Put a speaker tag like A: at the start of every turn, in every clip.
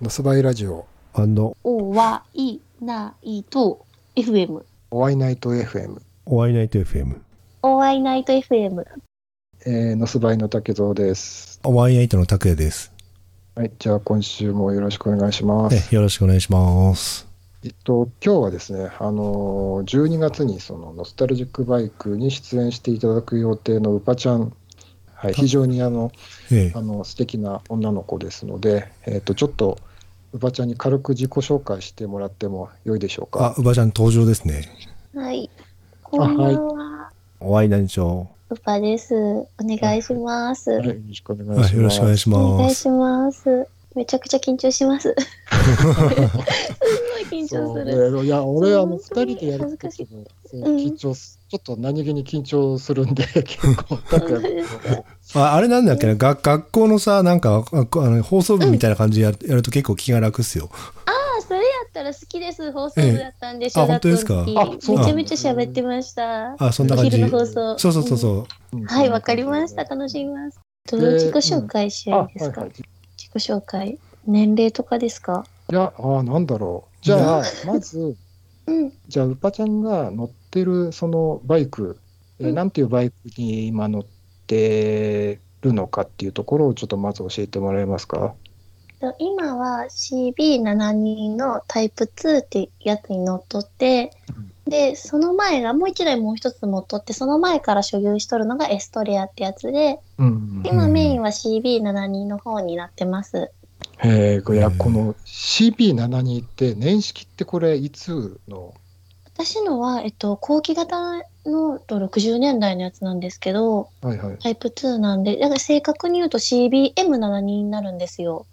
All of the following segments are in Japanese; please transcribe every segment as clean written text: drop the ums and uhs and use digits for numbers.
A: のすばいラジオ
B: おわいないと FM
A: おワイナイト FM
C: おワイナイト FM
B: おわいないと FM
A: のすばいの竹蔵です。
C: おワイナイトの拓也です。
A: はい、じゃあ今週もよろしくお願いします。
C: よろしくお願いします。
A: 今日はですね、12月にそのノスタルジックバイクに出演していただく予定のウパちゃん、はい、非常に素敵な女の子ですので、ちょっとウパちゃんに軽く自己紹介してもらってもよいでしょうか。
C: ウパちゃん登場ですね。
B: はい、こんばんは。
C: おワイナイト
B: ウパです。お願いします。
A: はい、よろしくお願いします。
C: よろしくお願いします。
B: お願いします。めちゃくちゃ緊張します。すごい緊張する。
A: いや、俺2人でやるときも緊張ちょっと何気に緊張するんで結構
C: あれなんだっけな、学校のさ、なんか放送部みたいな感じでやると結構気が楽っすよ。
B: それやったら好きです。放送部だったんで、小学校の時めちゃめちゃ喋ってました。
C: そんな感じ。
B: お昼の放送。
C: そう。
B: はい、わかりました。楽しみます。自己紹介し合いですか？自己紹介。年齢とかですか？
A: いや、なんだろう。じゃあ、まず、じゃあ、ウパちゃんが乗ってるそのバイク、なんていうバイクに今乗ってるのかっていうところをちょっとまず教えてもらえますか？
B: 今は CB72 のタイプ2ってやつに乗っとって、で、その前がもう一台もう一つ持っとって、その前から所有しとるのがエストレアってやつで、今メインは CB72 の方になってます。
A: いや、この CB72 って年式ってこれいつの？
B: 私のは、後期型の60年代のやつなんですけど、タイプ2なんで、だから正確に言うと CBM72 になるんですよ。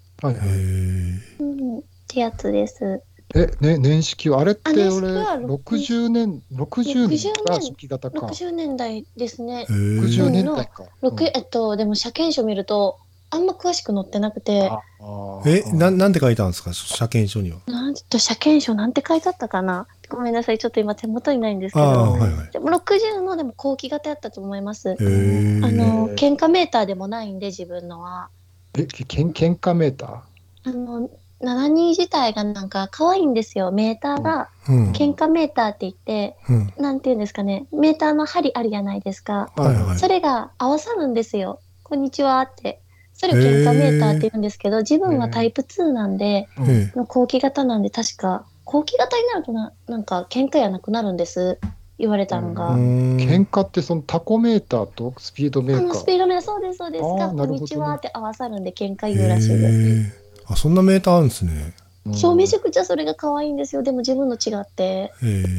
B: ってやつです。
A: 年式はあれって俺60年が初期型か。
B: 60年代ですね。
A: 60年代か。
B: でも車検証見るとあんま詳しく載ってなくて。
C: なんて書いてあるんですか、車検証には。
B: 車検証なんて書いてあったかな。ごめんなさい、ちょっと今手元にないんですけど。でも60のでも後期型やったと思います。喧嘩メーターでもないんで自分のは。
A: 喧嘩メーター
B: 72自体がなんか可愛いんですよ。メーターが、喧嘩メーターって言って、なんていうんですかね、メーターの針あるじゃないですか。それが合わさるんですよ。こんにちはって。それを喧嘩メーターって言うんですけど、自分はタイプ2なんで、後期型なんで、確か、後期型になるとなんか喧嘩やなくなるんです。言われたのが。
A: 喧嘩ってそのタコメーターとスピードメーカー。
B: スピードメーター、そうです、そうですが、こんにちはって合わさるんで喧嘩言うらしいです。
C: そんなメーターあるんですね。
B: そう、めちゃくちゃそれが可愛いんですよ。でも自分の違って。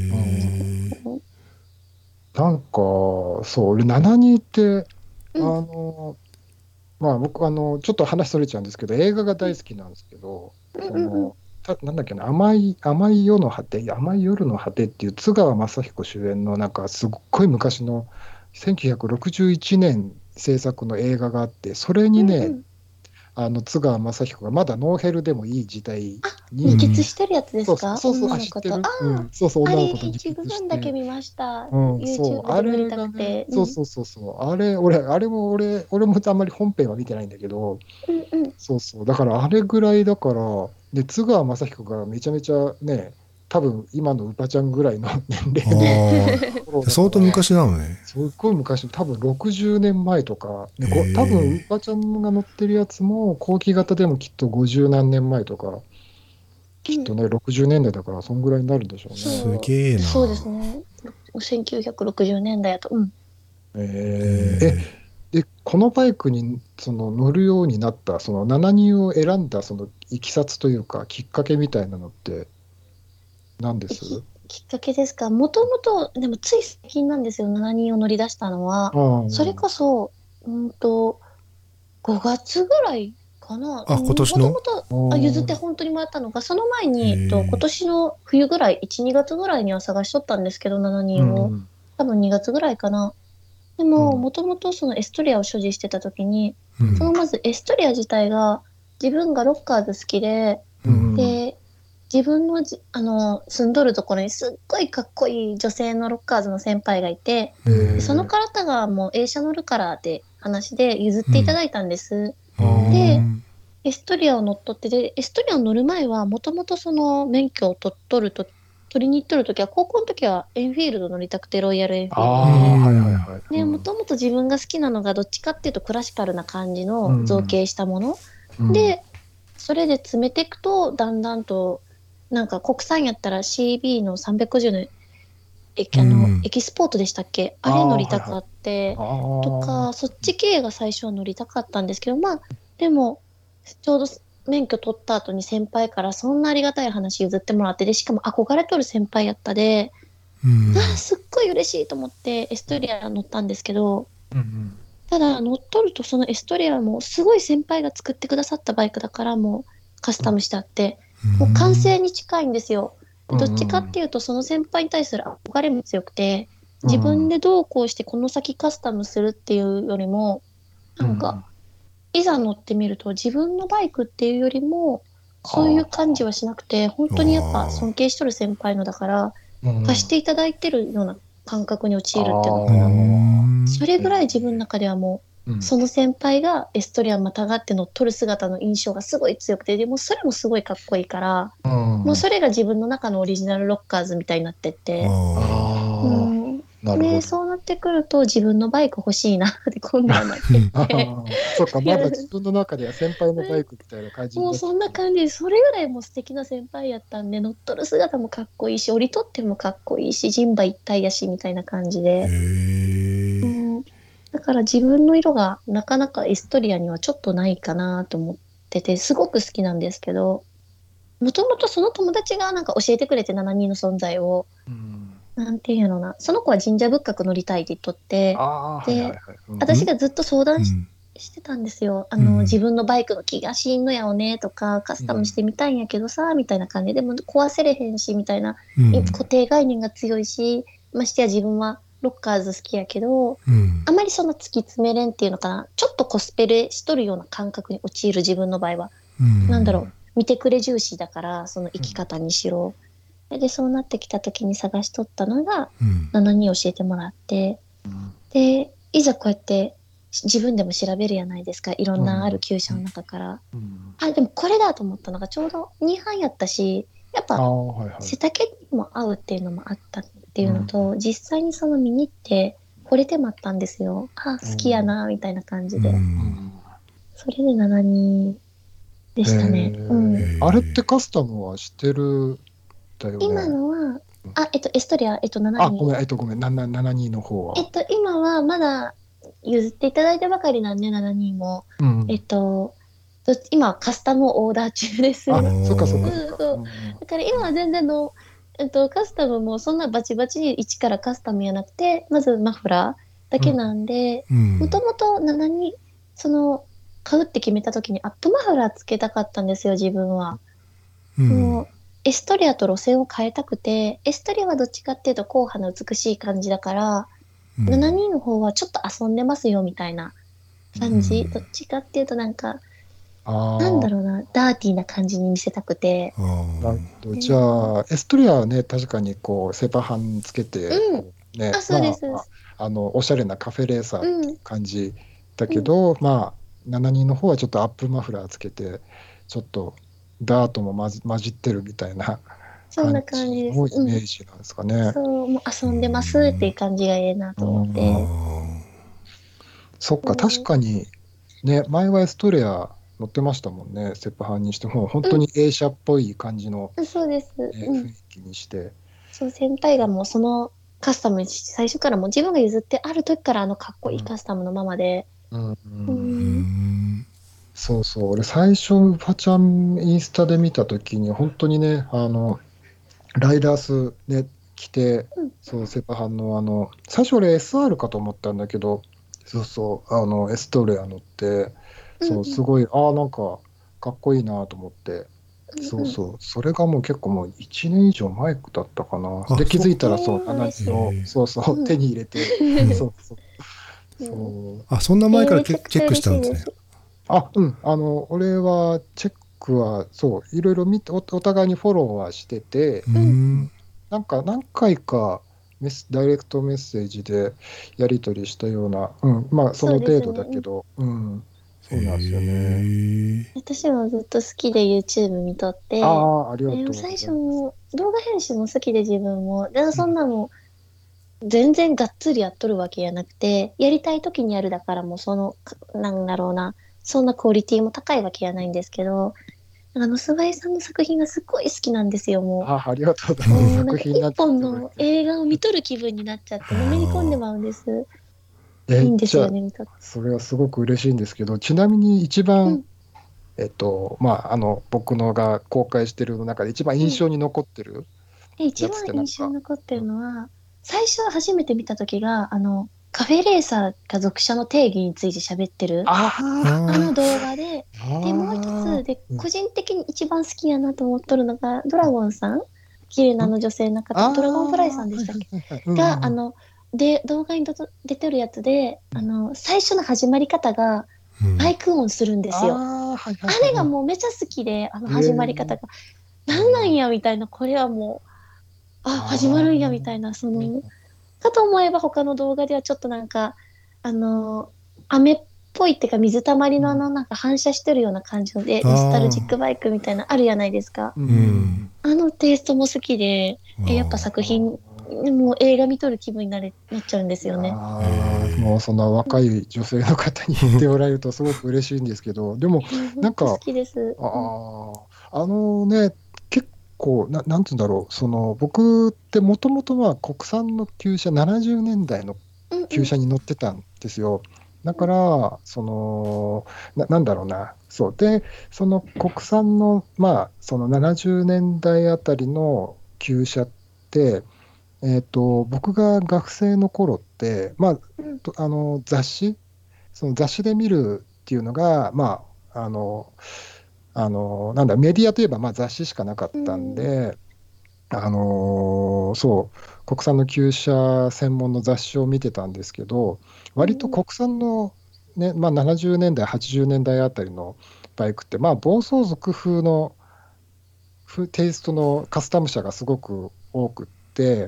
A: なんか、そう、俺72って、僕ちょっと話それちゃうんですけど、映画が大好きなんですけど、なんだっけな、甘い夜の果てっていう津川雅彦主演のなんかすっごい昔の1961年制作の映画があって、それにね、津川雅彦がまだノーヘルでもいい時代に。
B: 二血してるやつですか？
A: そう、知ってる。
B: あれ一部分だけ見ました。YouTube で見たくて。
A: あれ、俺もあんまり本編は見てないんだけど、だからあれぐらいだから、で、津川雅彦がめちゃめちゃね、多分今のウパちゃんぐらいの年齢で
C: 相当昔なのね。
A: すっごい昔、多分60年前とか、多分ウパちゃんが乗ってるやつも後期型でもきっと50何年前とか、きっとね、60年代だからそんぐらいになるんでしょうね。
C: すげえな。
B: そうですね。1960年代やと。
A: で、このバイクに乗るようになったその72を選んだそのいきさつというかきっかけみたいなのって何です？
B: きっかけですか？もともとでもつい最近なんですよ。72を乗り出したのは。それこそ5月ぐらいかな。
C: 今年の
B: もともと譲って本当にもらったのが、その前に今年の冬ぐらい、1、2月ぐらいには探しとったんですけど、72を。多分2月ぐらいかな。でも、もともとそのエストレアを所持してた時に、そのまずエストレア自体が自分がロッカーズ好きで、で、自分の住んどるところにすっごいかっこいい女性のロッカーズの先輩がいて、その方がもう A 社乗るからって話で譲っていただいたんです。で、 エストリアを乗っ取って、で、エストリアを乗る前は、もともとその免許を取りに行っとるときは、高校の時はエンフィールド乗りたくて、ロイヤルエンフィールド。
A: はいはいはい。
B: で、もともと自分が好きなのが、どっちかっていうとクラシカルな感じの造形したもの。で、それで詰めていくと、だんだんと、なんか国産やったら CB の350のエキスポートでしたっけ、あれ乗りたかって、とか、そっち系が最初は乗りたかったんですけど、まあ、でも、ちょうど免許取った後に先輩からそんなありがたい話譲ってもらって、で、しかも憧れとる先輩やったで、すっごい嬉しいと思ってエストリア乗ったんですけど、ただ乗っ取るとそのエストリアもすごい先輩が作ってくださったバイクだから、もうカスタムしてあって、もう完成に近いんですよ。どっちかっていうとその先輩に対する憧れも強くて、自分でどうこうしてこの先カスタムするっていうよりも、なんか、いざ乗ってみると自分のバイクっていうよりも、そういう感じはしなくて、本当にやっぱ尊敬しとる先輩のだから、貸していただいてるような感覚に陥るっていうのかな。それぐらい自分の中ではもう、その先輩がエストリアまたがって乗っ取る姿の印象がすごい強くて、でもそれもすごいかっこいいから、もうそれが自分の中のオリジナルロッカーズみたいになってって、で、そうなってくると自分のバイク欲しいなって今度はなってって。
A: そっか、まだ自分の中では先輩のバイクみたいな感じになって。
B: もうそんな感じで、それぐらいもう素敵な先輩やったんで、乗っ取る姿もかっこいいし、降りとってもかっこいいし、人馬一体やし、みたいな感じで。だから自分の色がなかなかエストリアにはちょっとないかなと思ってて、すごく好きなんですけど、もともとその友達がなんか教えてくれて、72の存在を。なんていうのな。その子は神社仏閣乗りたいって言っとって、で、私がずっと相談してたんですよ。自分のバイクの気がしんのやおねとか、カスタムしてみたいんやけどさ、みたいな感じで、でも壊せれへんし、みたいな、固定概念が強いし、ましてや自分はロッカーズ好きやけど、あまりそんな突き詰めれんっていうのかな。ちょっとコスペレしとるような感覚に陥る自分の場合は。なんだろう。見てくれ重視だから、その生き方にしろ。で、そうなってきた時に探しとったのが、7人教えてもらって、で、いざこうやって自分でも調べるやないですか。いろんなある厩舎の中から。あ、でもこれだと思ったのがちょうど2班やったし、やっぱ背丈にも合うっていうのもあったっていうのと、実際にその見に行って惚れてもあったんですよ。あ、好きやな、みたいな感じで。それで7人でしたね。
A: あれってカスタムはしてるだよね。
B: 今のは、エストリア、7人。
A: あ、ごめん、7人の方は。
B: 今はまだ譲っていただいたばかりなんで、7人も。今はカスタムをオーダー中です。
A: あ、そっかそっか。
B: だから今は全然カスタムもそんなバチバチに一からカスタムやなくて、まずマフラーだけなんで、もともと7人、買うって決めた時にアップマフラーつけたかったんですよ、自分は。もうエストリアと路線を変えたくて、エストリアはどっちかっていうと硬派な美しい感じだから、7人の方はちょっと遊んでますよみたいな感じ。どっちかっていうとなんか、なんだろうな、ダーティーな感じに見せたくて。
A: じゃあ、エストリアはね、確かにこう、セパハンつけて、ね、
B: そうです。
A: おしゃれなカフェレーサーって感じだけど、まあ、7人の方はちょっとアップマフラーつけて、ちょっと、ダートも混じってるみたいな
B: そんな感じです。
A: イメージなんですかね。
B: そう、もう遊んでますっていう感じがええなと思って。
A: そっか、確かに、ね、前はエストレア乗ってましたもんね、セップハンにしても、本当に映写っぽい感じの、
B: そうです、
A: 雰囲気にして。
B: そう、先輩がもうそのカスタムに最初からもう自分が譲ってある時からかっこいいカスタムのままで。
A: そうそう、俺最初、ファちゃんインスタで見たときに、本当にね、ライダースね、着て、そう、セパハンの、最初俺 SR かと思ったんだけど、そうそう、エストレア乗って、そう、すごい、なんか、かっこいいなと思って、そうそう、それがもう結構もう1年以上前だったかな。で、気づいたら、そう、そうそう、手に入れて、そうそう。
C: そんな前からチェックしたんですね。
A: 俺はチェックは、そう、いろいろお互いにフォローはしてて、なんか何回かダイレクトメッセージでやり取りしたような、まあその程度だけど、 そうなんですよね。
B: 私もずっと好きで YouTube 見とって、
A: ありがとうござい
B: 最
A: ます。
B: 初も動画編集も好きで自分も、でそんなも全然がっつりやっとるわけじゃなくて、やりたい時にやるだからもうなんだろうな、そんなクオリティも高いわけじゃないんですけど、菅井さんの作品がすっごい好きなんですよ、もう。
A: ありがとうございます。
B: なんか一
A: 作品なんて
B: 本の映画を見とる気分になっちゃってのめり込んでまうんです。いいんです
A: じゃあ、
B: よね、見とって。
A: それはすごく嬉しいんですけど、ちなみに一
B: う
A: 番、
B: ん、
A: 僕のが公開してる中で一番
B: うん。
A: 印象に残ってるやつっ
B: 一番印象に
A: てなんか、
B: 残ってるのは、最初初めて見た時が、カフェレーサーが属者の定義について喋ってる、あの
C: あ
B: 動画で、で、もう一つ、で、
A: うん、
B: 個人的に一番好きやなと思っとるのが、ドラゴンさん、綺麗な女性の方、ドラゴンフライさんで
A: はい
B: したっけ
A: はいはい、
B: が、で、動画に出てるやつで、最初の始まり方が、
C: ー、うん。
B: バイク音するんですよ。
A: はいは
B: あ
A: いはいはい。
B: れがもうめちゃ好きで、あの
A: え
B: 始まり方
A: ー、
B: が、なんなんやみたいな、これはもう、始ま
A: あ
B: るんやみたいな、かと思えば他の動画ではちょっとなんか、あの、雨っぽいっていうか水たまりのなんか反射してるような感じで、ノスタルジック
C: あ
B: バイクみたいなあるじゃないですか。
C: あ、うん。
B: あのテイストも好きで、やっぱ作品、もう映画見とる気分になっちゃうんですよね。
A: もうそんな
B: うん、
A: 若い女性の方に言っておられるとすごく嬉しいんですけど、でも
B: 本当好
A: なんか、
B: きです。
A: あ
B: うん。
A: あのね、結構なんて言うんだろう、僕ってもともとは国産の旧車、70年代の
B: うんうん。
A: 旧車に乗ってたんですよ。だから、なんだろうな、そう。で、その国産の、その70年代あたりの旧車って、僕が学生の頃って、
B: うん。
A: その雑誌で見るっていうのが、なんだ、メディアといえば雑誌しかなかっ
B: う
A: たん
B: ん。
A: で、そう、国産の旧車専門の雑誌を見てたんですけど、割と
B: うん。
A: 国産の、ね、70年代、80年代あたりのバイクって、暴走族風のテイストのカスタム車がすごく多くって、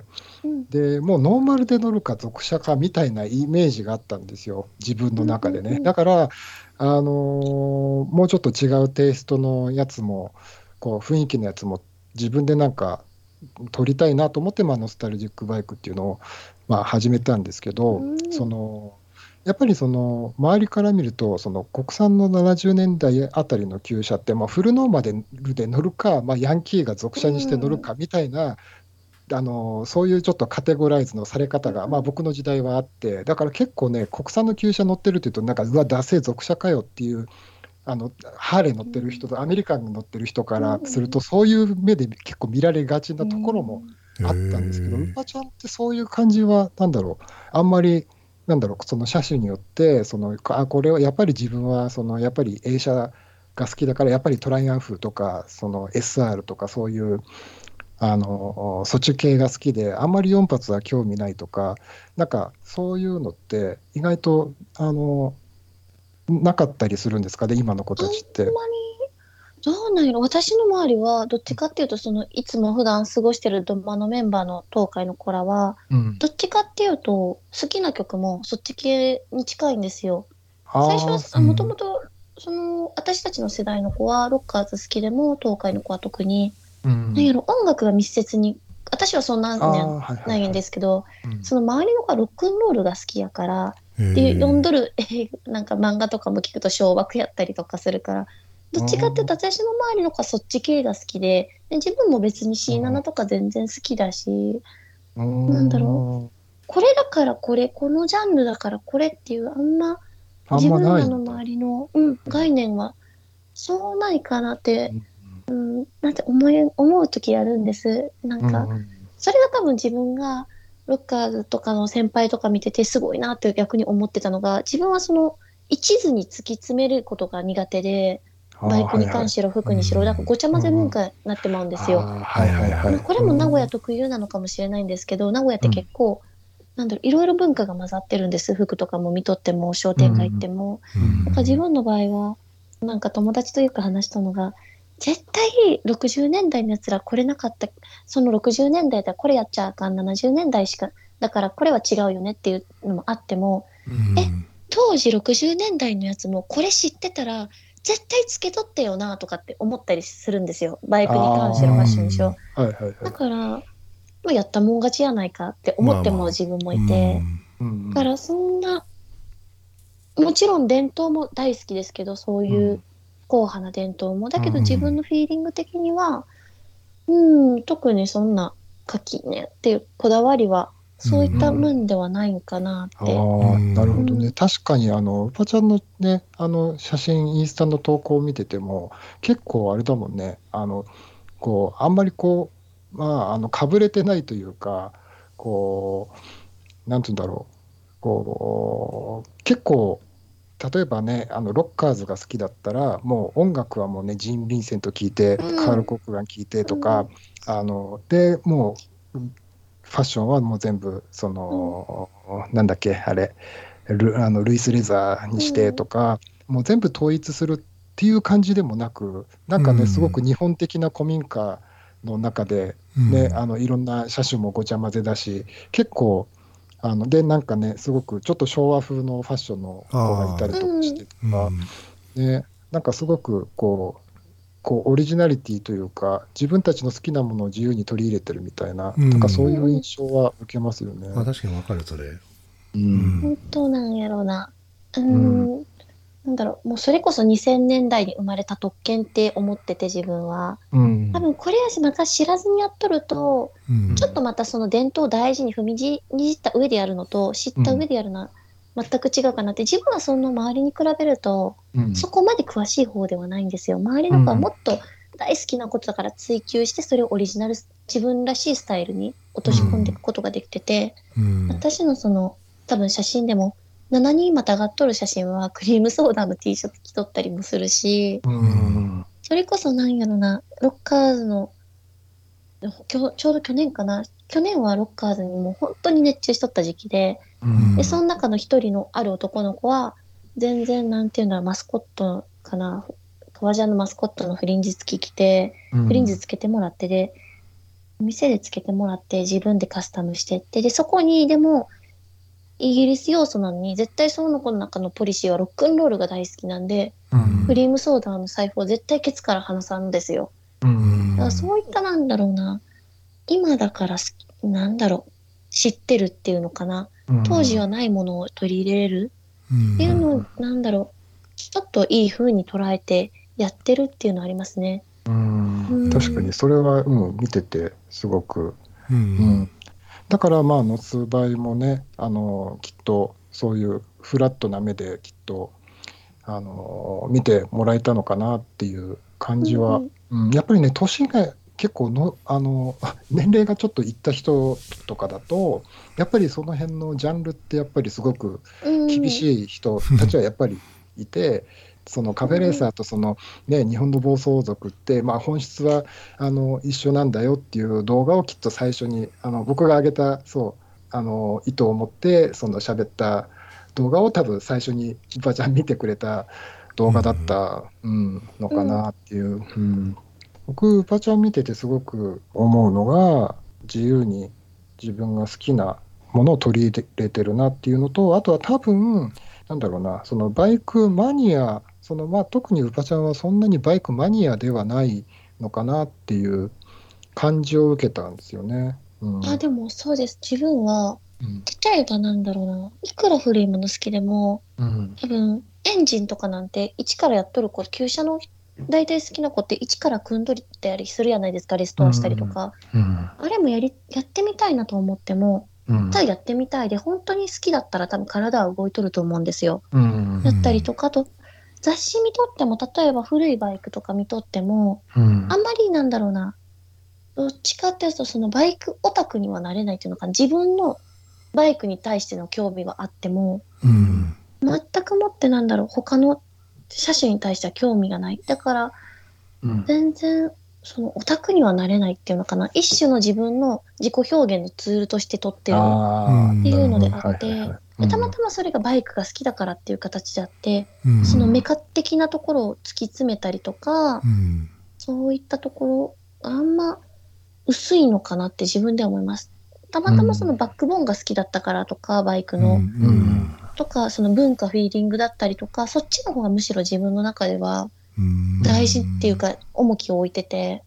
B: うん。
A: で、もうノーマルで乗るか俗車かみたいなイメージがあったんですよ、自分の
B: うん。
A: 中でね。
B: うん。
A: だから、もうちょっと違うテイストのやつも、こう雰囲気のやつも自分でなんか撮りたいなと思って、ノスタルジックバイクっていうのを、始めたんですけ
B: う
A: ど、
B: ん。
A: やっぱり周りから見ると、その国産の70年代あたりの旧車って、フルノーマルで乗るか、ヤンキーが俗車にして乗るかみたいな、そういうちょっとカテゴライズのされ方が、僕の時代はあって、だから結構ね、国産の旧車乗ってるっていうと、なんか、うわ、ダセえ俗車かよっていう、ハーレー乗ってる人と、アメリカンに乗ってる人からすると、そういう目で結構見られがちなところも
C: へ
A: あったんですけど、ル
C: え。
A: パちゃんってそういう感じは、なんだろう、あんまり、なんだろう、その車種によって、これはやっぱり自分は、やっぱり映写が好きだから、やっぱりトライアンフとか、SR とか、そういう、そっち系が好きで、あんまり4発は興味ないとか、なんかそういうのって意外となかったりするんですかね、今の子
B: あん
A: たちって。
B: まり、どうなんやろ、私の周りは、どっちかっていうと、いつも普段過ごしてるドマのメンバーの東海の子らは、
A: うん。
B: どっちかっていうと、好きな曲もそっち系に近いんですよ。最初
A: ああ、
B: は、もと
C: うん。
B: もと、私たちの世代の子は、ロッカーズ好きでも、東海の子は特に、
A: うん。
B: なんやろ、音楽が密接に、私はそんなんねん、
A: ああ、はいはい
B: ないん
A: はい。
B: ですけど、
A: うん。
B: その周りの子はロックンロールが好きやから、
C: へ
B: で、読ん
C: え。
B: どるなんか漫画とかも聞くと小爆やったりとかするから、どっ
A: う
B: ちかっていうと
A: ん。
B: 私の周りの子はそっち系が好きで自分も別に
A: う
B: C7
A: ん。
B: とか全然好きだし、
A: う
B: なんだろう、
A: ん。
B: これだからこれ、このジャンルだからこれっていう、あんま
A: あんま
B: 自分
A: ないんだ。
B: らの周りの、
A: うん。
B: 概念はそうないかなって、
A: うん。
B: なんて思う時あるんです。なんか、
A: うん。
B: それが多分自分がロッカーズとかの先輩とか見ててすごいなって逆に思ってたのが、自分は一途に突き詰めることが苦手で、
A: ああ、
B: バイク
A: はいはい。
B: に関しろ服
C: う
B: にしろ、なんか
C: ん。
B: ごちゃ混ぜ文
A: うん。
B: 化になってまうんですよ。
A: ああ、はいはいは
C: あ
A: い。
B: これも名古屋
A: うん。
B: 特有なのかもしれないんですけど、名古屋って
A: うん。
B: 結構、なんだろう、いろいろ文化が混ざってるんです。服とかも見とっても、商店街行っ
A: うん。
B: ても。
C: う
B: なんか自
C: ん。
B: 分の場合は、なんか友達とよく話したのが、絶対60年代のやつらこれなかった。その60年代だこれやっちゃあかん。70年代しか。だからこれは違うよねっていうのもあっても、
C: う
B: え、
C: ん。
B: 当時60年代のやつもこれ知ってたら絶対つけとってよなとかって思ったりするんですよ。バイクに関してのファッションでしょ。
A: はいはいはい。
B: だから、もうやったもん勝ちやないかって思っても自分もいて、だからそんな、もちろん伝統も大好きですけど、そういう硬派な伝統も。だけど自分のフィーリング的には、特にそんな垣根っていうこだわりは、そういった面ではないんかなって。
A: なるほどね。確かに、ウパちゃんのね、写真、インスタの投稿を見てても、結構あれだもんね。あんまりかぶれてないというか、なんて言うんだろう。結構、例えばね、ロッカーズが好きだったら、もう音楽はもうね、ジン・ヴィンセント聴いて、カール・コクガン聴いてとか、で、もう、ファッションはもう全部、なんだっけ、あれ、ルイス・レザーにしてとか、もう全部統一するっていう感じでもなく、なんかね、すごく日本的な古民家の中で、ね、いろんな車種もごちゃ混ぜだし、結構、で、なんかね、すごくちょっと昭和風のファッションの子がいたりとかしてとか、ね、なんかすごくオリジナリティというか、自分たちの好きなものを自由に取り入れてるみたいな、なんかそういう印象は受けますよね。
C: 確かにわかる、それ。
B: 本当なんやろうな。なんだろう、もうそれこそ2000年代に生まれた特権って思ってて自分は。多分これやしまた知らずにやっとると、ちょっとまたその伝統を大事に踏みにじった上でやるのと、知った上でやるのは全く違うかなって、自分はその周りに比べると、そこまで詳しい方ではないんですよ。周りの子はもっと大好きなことだから追求して、それをオリジナル、自分らしいスタイルに落とし込んでいくことができてて、私のその、多分写真でも、7人またがっとる写真はクリームソーダの T シャツ着とったりもするし、それこそなんやろな、ロッカーズの、ちょうど去年かな、去年はロッカーズにもう本当に熱中しとった時期で、で、その中の一人のある男の子は、全然なんていうんだろう、マスコットかな、革ジャンのマスコットのフリンジ付き着て、フリンジつけてもらってで、店でつけてもらって自分でカスタムしてって、で、そこにでも、イギリス要素なのに、絶対その子の中のポリシーはロックンロールが大好きなんで、クリームソーダの財布を絶対ケツから離さんですよ。だからそういったなんだろうな、今だからなんだろう、知ってるっていうのかな。当時はないものを取り入れれるっていうのを、なんだろう、ちょっといい風に捉えてやってるっていうのありますね。
A: 確かにそれは、見ててすごく、だからまあのつばいもね、きっとそういうフラットな目できっと見てもらえたのかなっていう感じは、やっぱりね、年が結構の年齢がちょっといった人とかだと、やっぱりその辺のジャンルってやっぱりすごく厳しい人たちはやっぱりいて、そのカフェレーサーとその、ね、日本の暴走族って、まあ、本質は一緒なんだよっていう動画をきっと最初に僕が上げた意図を持ってその喋った動画を多分最初にウパちゃん見てくれた動画だった、のかなっていう、僕ウパちゃん見ててすごく思うのが、自由に自分が好きなものを取り入れてるなっていうのと、あとは多分なんだろうな、そのバイクマニア、特にウパちゃんはそんなにバイクマニアではないのかなっていう感じを受けたんですよね。
B: でもそうです。自分は、例えばなんだろうな、いくら古いもの好きでも、多分、エンジンとかなんて、一からやっとる子、旧車の大体好きな子って一から組んどりってやりするやないですか、レストアしたりとか。あれもやってみたいなと思っても、ただやってみたいで、本当に好きだったら多分体は動いとると思うんですよ。やったりとか、あと、雑誌見とっても、例えば古いバイクとか見とっても、あんまりなんだろうな、どっちかっていうと、そのバイクオタクにはなれないっていうのか、自分のバイクに対しての興味はあっても、全くもってなんだろう、他の車種に対しては興味がない。だから、全然、そのオタクにはなれないっていうのかな。一種の自分の自己表現のツールとして取ってるっていうのであって、たまたまそれがバイクが好きだからっていう形であって、そのメカ的なところを突き詰めたりとか、そういったところ、あんま薄いのかなって自分では思います。たまたまそのバックボーンが好きだったからとか、バイクの、 とか、その文化、フィーリングだったりとか、そっちの方がむしろ自分の中では大事っていうか、重きを置いてて。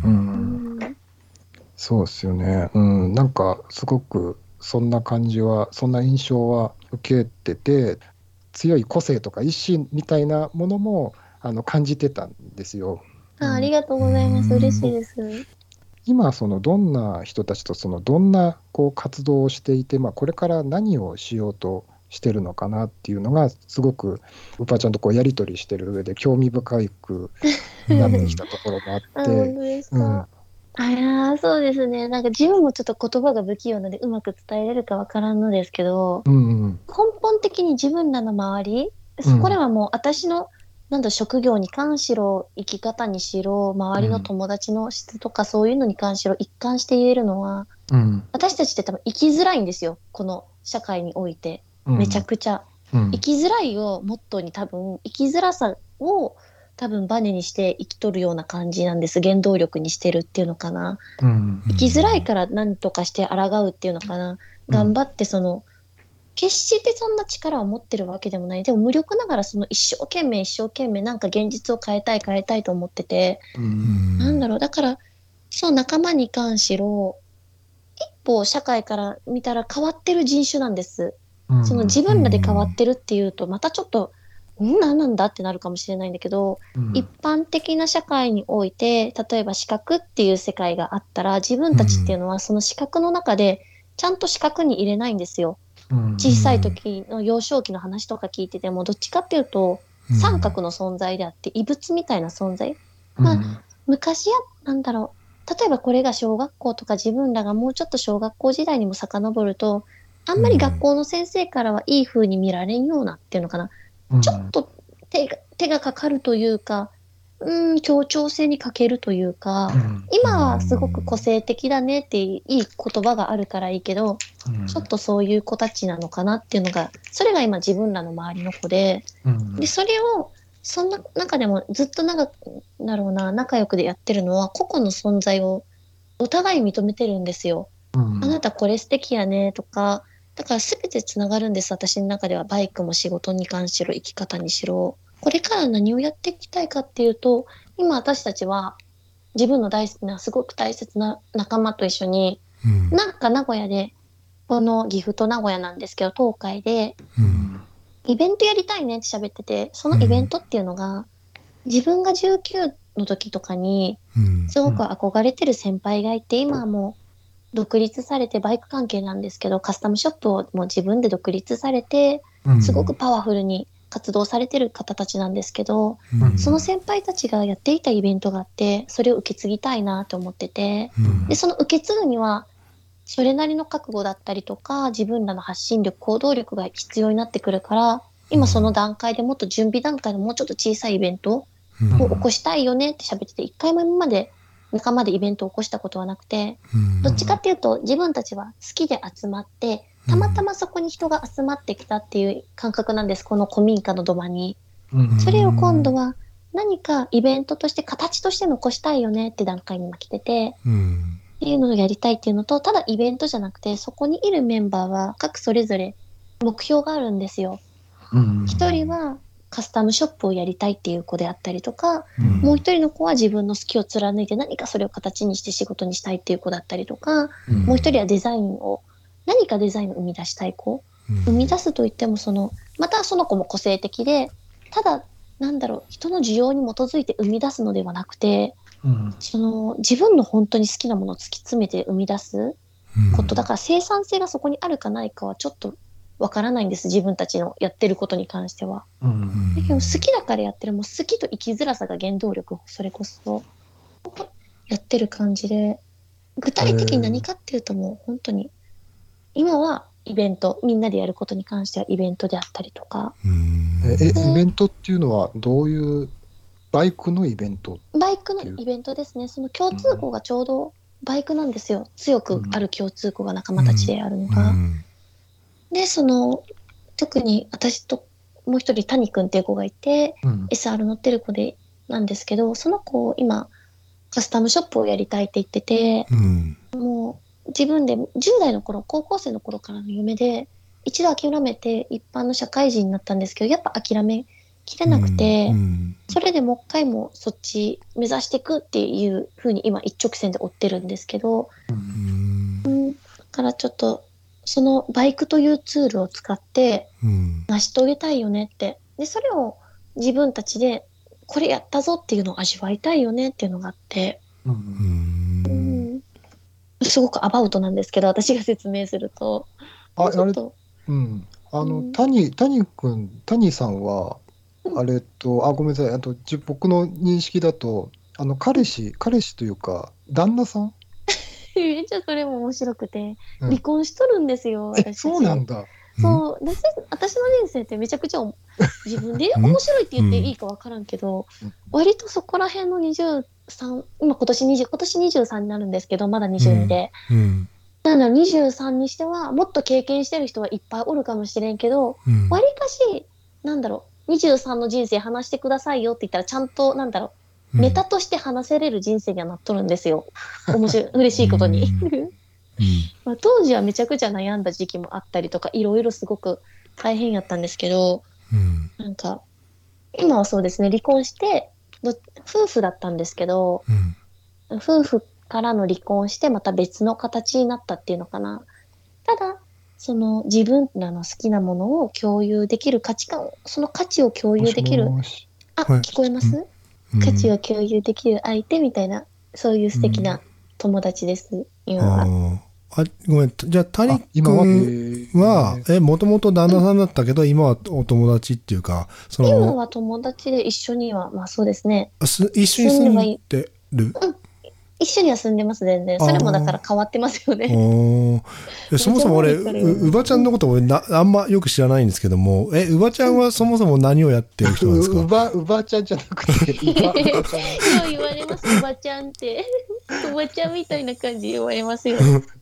A: そうですよね。なんかすごくそんな感じは、そんな印象は受けてて、強い個性とか意志みたいなものも感じてたんですよ。
B: ありがとうございます。嬉しいです。
A: 今どんな人たちとどんな活動をしていて、これから何をしようとしてるのかなっていうのがすごくウパちゃんとやり取りしてる上で興味深くなってきたところもあって
B: 本当ですか。そうですね。なんか自分もちょっと言葉が不器用なのでうまく伝えれるかわからんのですけど、根本的に自分らの周り、これはもう私の職業に関しろ、生き方にしろ、周りの友達の質とかそういうのに関しろ、一貫して言えるのは、私たちって多分生きづらいんですよ。この社会において。めちゃくちゃ。生きづらいをモットーに多分、生きづらさを多分バネにして生きとるような感じなんです。原動力にしてるっていうのかな。生きづらいから何とかして抗うっていうのかな。頑張って決してそんな力を持ってるわけでもない。でも無力ながら一生懸命なんか現実を変えたいと思ってて。だから、仲間に関しろ、一歩社会から見たら変わってる人種なんです。自分らで変わってるっていうと、またちょっと、何なんだってなるかもしれないんだけど、一般的な社会において、例えば資格っていう世界があったら、自分たちっていうのはその資格の中で、ちゃんと資格に入れないんですよ。小さい時の幼少期の話とか聞いてても、どっちかっていうと、三角の存在であって、異物みたいな存在。昔例えばこれが小学校とか自分らがもうちょっと小学校時代にも遡ると、あんまり学校の先生からはいい風に見られんようなっていうのかな。ちょっと手がかかるというか、協調性に欠けるというか、今はすごく個性的だねっていい言葉があるからいいけど、ちょっとそういう子たちなのかなっていうのが、それが今自分らの周りの子で、で、それを、そんな中でもずっと仲良くでやってるのは、個々の存在をお互い認めてるんですよ。あなたこれ素敵やねとか、だから全てつながるんです、私の中では。バイクも仕事に関しろ、生き方にしろ。これから何をやっていきたいかっていうと、今私たちは自分の大好きな、すごく大切な仲間と一緒に、なんか名古屋で、この岐阜と名古屋なんですけど、東海で、イベントやりたいねって喋ってて、そのイベントっていうのが、自分が19の時とかに、すごく憧れてる先輩がいて、今はもう独立されてバイク関係なんですけど、カスタムショップをもう自分で独立されて、すごくパワフルに活動されてる方たちなんですけど、その先輩たちがやっていたイベントがあって、それを受け継ぎたいなと思ってて、で、その受け継ぐには、それなりの覚悟だったりとか、自分らの発信力、行動力が必要になってくるから、今その段階でもっと準備段階のもうちょっと小さいイベントを起こしたいよねって喋ってて、一回も今まで仲間でイベントを起こしたことはなくて、どっちかっていうと自分たちは好きで集まって、たまたまそこに人が集まってきたっていう感覚なんです、この古民家の土間に。それを今度は何かイベントとして形として残したいよねって段階に今来てて、っていうのをやりたいっていうのと、ただイベントじゃなくて、そこにいるメンバーは各それぞれ目標があるんですよ。一人はカスタムショップをやりたいっていう子であったりとか、もう一人の子は自分の好きを貫いて何かそれを形にして仕事にしたいっていう子だったりとか、もう一人は何かデザインを生み出したい子。生み出すといってもまたその子も個性的で、ただ、人の需要に基づいて生み出すのではなくて、自分の本当に好きなものを突き詰めて生み出すこと、だから生産性がそこにあるかないかはちょっとわからないんです、自分たちのやってることに関しては。だけど好きだからやってる、もう好きと生きづらさが原動力、それこそやってる感じで、具体的に何かっていうともう本当に、今はイベント、みんなでやることに関してはイベントであったりとか。
A: イベントっていうのはどういうバイクのイベント？
B: バイクのイベントですね。その共通項がちょうどバイクなんですよ。強くある共通項が仲間たちであるのが。で、特に私ともう一人谷くんっていう子がいて、SR 乗ってる子でなんですけど、その子今カスタムショップをやりたいって言ってて、もう自分で10代の頃、高校生の頃からの夢で、 一度諦めて一般の社会人になったんですけど、やっぱ諦めきれなくて、それでもう一回もそっち目指していくっていう風に今一直線で追ってるんですけど、だからちょっとそのバイクというツールを使って成し遂げたいよねって。で、それを自分たちでこれやったぞっていうのを味わいたいよねっていうのがあって、すごくアバウトなんですけど、私が説明すると。
A: あれ、谷さんは、ごめんなさい、僕の認識だと、彼氏というか、旦那さん
B: めっちゃそれも面白くて、離婚しとるんですよ、私たち。
A: そうなんだ。
B: そう、私の人生ってめちゃくちゃ自分で面白いって言っていいか分からんけど、割とそこら辺の23、今年23になるんですけど、まだ22で。だから23にしては、もっと経験してる人はいっぱいおるかもしれんけど、割かし、23の人生話してくださいよって言ったら、ちゃんと、ネタとして話せれる人生にはなっとるんですよ。嬉しいことに。まあ、当時はめちゃくちゃ悩んだ時期もあったりとか、いろいろすごく大変やったんですけど、今はそうですね、離婚して、夫婦だったんですけど、夫婦からの離婚してまた別の形になったっていうのかな。ただ、その自分らの好きなものを共有できる価値観、その価値を共有できる、聞こえます？価値を共有できる相手みたいな、そういう素敵な友達です、今は。
C: ごめん、じゃあ谷君はもともと旦那さんだったけど、今はお友達っていうか、
B: 今は友達で一緒には、まあそうですね。
C: 一緒に住んでる？
B: 一緒には住んでます、全然。それもだから変わってますよね。
C: そもそも俺、うばちゃんのことあんまよく知らないんですけども、うばちゃんはそもそも何をやってる人なんですか？
A: うばちゃんじゃなくて、
B: そう言われます、うばちゃんって。うばちゃんみたいな感じで言われますよ。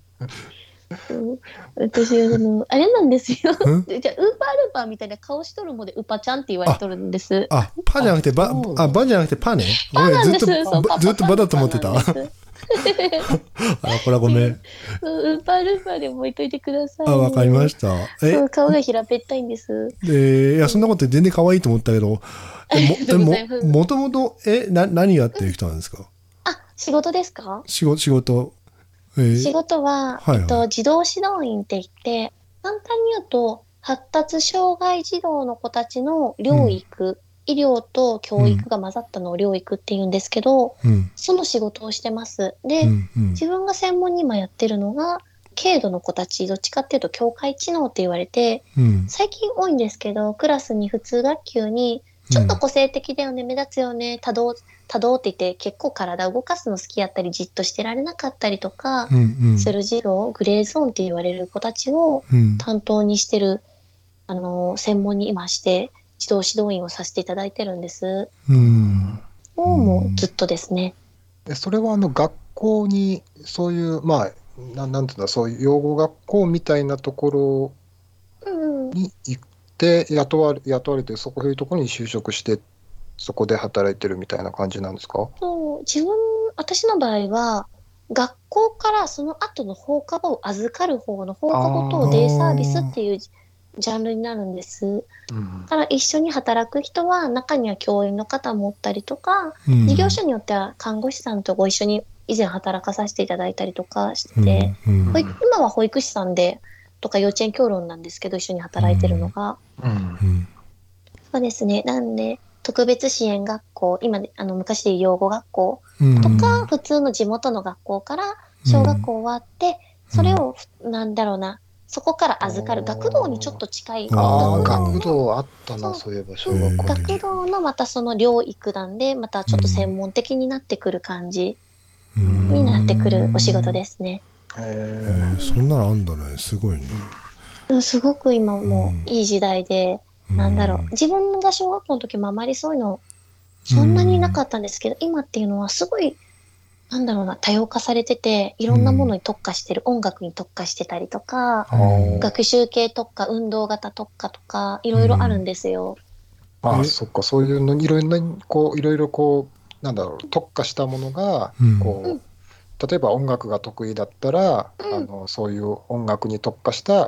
B: 私はあれなんですよ。じゃあ、ウーパールーパーみたいな顔しとるもで、ウパちゃんって言われとるんです。
C: パじゃなくてバじゃなくてパね。
B: パなんです。
C: ずっとバだと思ってた。これはごめん。
B: ウーパールーパーで覚えといてください。
C: わかりました。
B: 顔が平べったいんです。
C: いや、そんなこと全然可愛いと思ったけど、もともと、何やってる人なんですか？
B: 仕事ですか？
C: 仕事。
B: 仕事は、児童指導員って言って、簡単に言うと、発達障害児童の子たちの療育、医療と教育が混ざったのを療育って言うんですけど、その仕事をしてます。で、自分が専門に今やってるのが、軽度の子たち、どっちかっていうと境界知能って言われて、最近多いんですけど、クラスに普通学級に、ちょっと個性的だよね、目立つよね、多動って言って結構体を動かすの好きやったりじっとしてられなかったりとかする児童、グレーゾーンって言われる子たちを担当にしてる、専門に今して児童指導員をさせていただいてるんです。もうずっとですね。
A: それは学校にそういうなんていうんだ、そういう養護学校みたいなところに行って雇われて、そういうところに就職してそこで働いてるみたいな感じなんですか？
B: そう、私の場合は学校からその後の放課後を預かる方の放課後等デイサービスっていうジャンルになるんです。だから一緒に働く人は中には教員の方もおったりとか、事業所によっては看護師さんとご一緒に以前働かさせていただいたりとかしてて、今は保育士さんでとか幼稚園教員なんですけど、一緒に働いてるのが、そうですね。なんで特別支援学校、今昔でいう養護学校とか、普通の地元の学校から小学校終わって、それをそこから預かる学童にちょっと近い
A: 学童あったな、そういえば小学校に。
B: 学童のまたその療育団でまたちょっと専門的になってくる感じになってくるお仕事ですね。
C: そんなのあんだね、すごいね。
B: すごく今もいい時代で、自分が小学校の時もあまりそういうのそんなになかったんですけど、今っていうのはすごい多様化されてて、いろんなものに特化してる、音楽に特化してたりとか、学習系特化、運動型特化とか、いろいろあるんですよ。
A: そっか、そういうのいろいろ特化したものが、例えば音楽が得意だったら、そういう音楽に特化した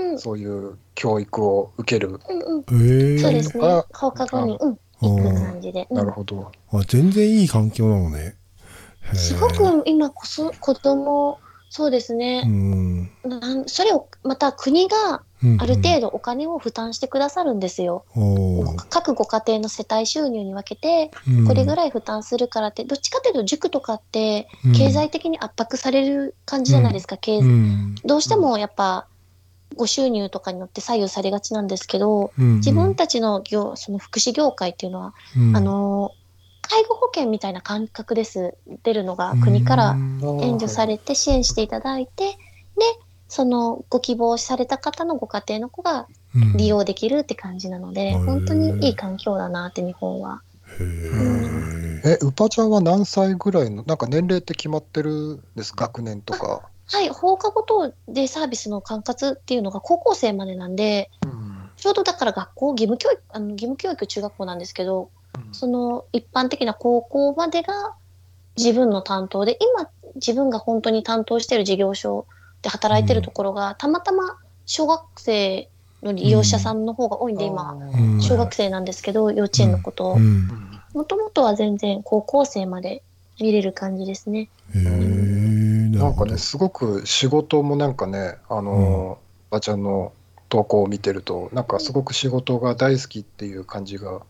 A: そういう教育を受ける。
B: そうですね。放課後に、行く感じで。
A: なるほど。
C: 全然いい環境なのね。
B: すごく今こそ子供、そうですね。それをまた国がある程度お金を負担してくださるんですよ。各ご家庭の世帯収入に分けて、これぐらい負担するからって、どっちかというと塾とかって経済的に圧迫される感じじゃないですか。どうしてもやっぱご収入とかによって左右されがちなんですけど、自分たちのその福祉業界っていうのは、介護保険みたいな感覚です。出るのが国から援助されて支援していただいて、で、そのご希望された方のご家庭の子が利用できるって感じなので、本当にいい環境だなって日本は。
A: ウパちゃんは何歳ぐらいの、なんか年齢って決まってるんです、学年とか。
B: はい、放課後等でサービスの管轄っていうのが高校生までなんで、ちょうどだから学校、義務教育中学校なんですけど、その一般的な高校までが自分の担当で、今自分が本当に担当している事業所で働いてるところが、たまたま小学生の利用者さんの方が多いんで、今、小学生なんですけど、幼稚園のことを。もともとは全然高校生まで見れる感じですね。
A: なんかね、すごく仕事もなんかね、ばちゃんの投稿を見てると、なんかすごく仕事が大好きっていう感じが。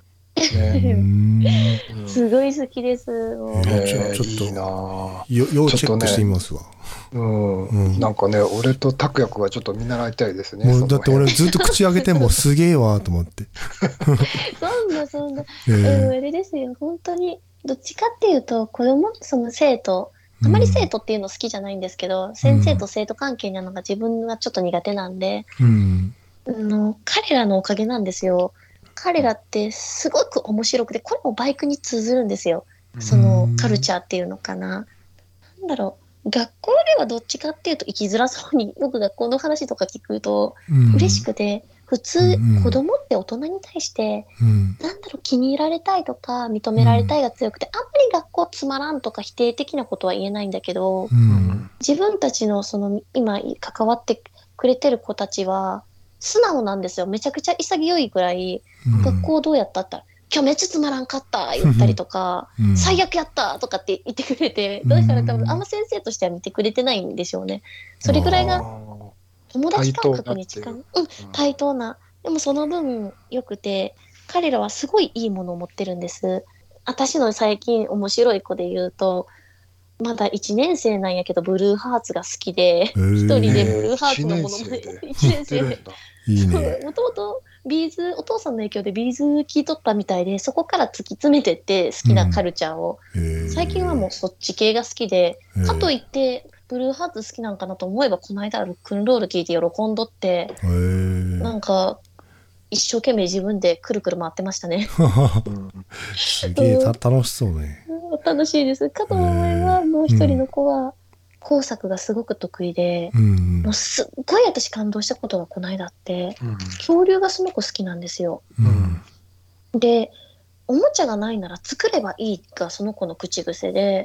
B: すごい好きです。
C: ちょっと
A: いいな。
C: 要チェックしてみますわ。
A: なんかね、俺と拓也君はちょっと見習いたいですね。
C: もうだって俺ずっと口開けてもすげえわと思って。
B: そんな、あれですよ、本当にどっちかっていうと子供、その生徒、あまり生徒っていうの好きじゃないんですけど、先生と生徒関係なのが自分はちょっと苦手なんで、彼らのおかげなんですよ。彼らってすごく面白くて、これもバイクに通ずるんですよ。そのカルチャーっていうのかな。なんだろう、学校ではどっちかっていうと生きづらそうに、よく学校の話とか聞くと嬉しくて、普通子供って大人に対して、なんだろう、気に入られたいとか認められたいが強くて、あんまり学校つまらんとか否定的なことは言えないんだけど、自分たちのその今関わってくれてる子たちは素直なんですよ。めちゃくちゃ潔いぐらい、学校どうやったったら、今日めっちゃつまらんかった言ったりとか、最悪やったとかって言ってくれて、どうしたら多分あんま先生としては見てくれてないんでしょうね。それぐらいが友達感覚に近い。対等な。でもその分良くて、彼らはすごいいいものを持ってるんです。私の最近面白い子で言うと、まだ1年生なんやけど、ブルーハーツが好きで、一人でブルーハーツのものまね、1年生で。もともとビーズ、お父さんの影響でビーズ聞いとったみたいで、そこから突き詰めてって好きなカルチャーを。最近はもうそっち系が好きで、かといって、ブルーハーツ好きなんかなと思えば、この間ロックンロール聞いて喜んどって、なんか、一生懸命自分でくるくる回ってましたね。
C: すげえ楽しそうね。
B: 楽しいです。かと思えば、もう一人の子は工作がすごく得意で、もうすっごい私感動したことがこの間あって、恐竜がその子好きなんですよ。で、おもちゃがないなら作ればいいがその子の口癖で、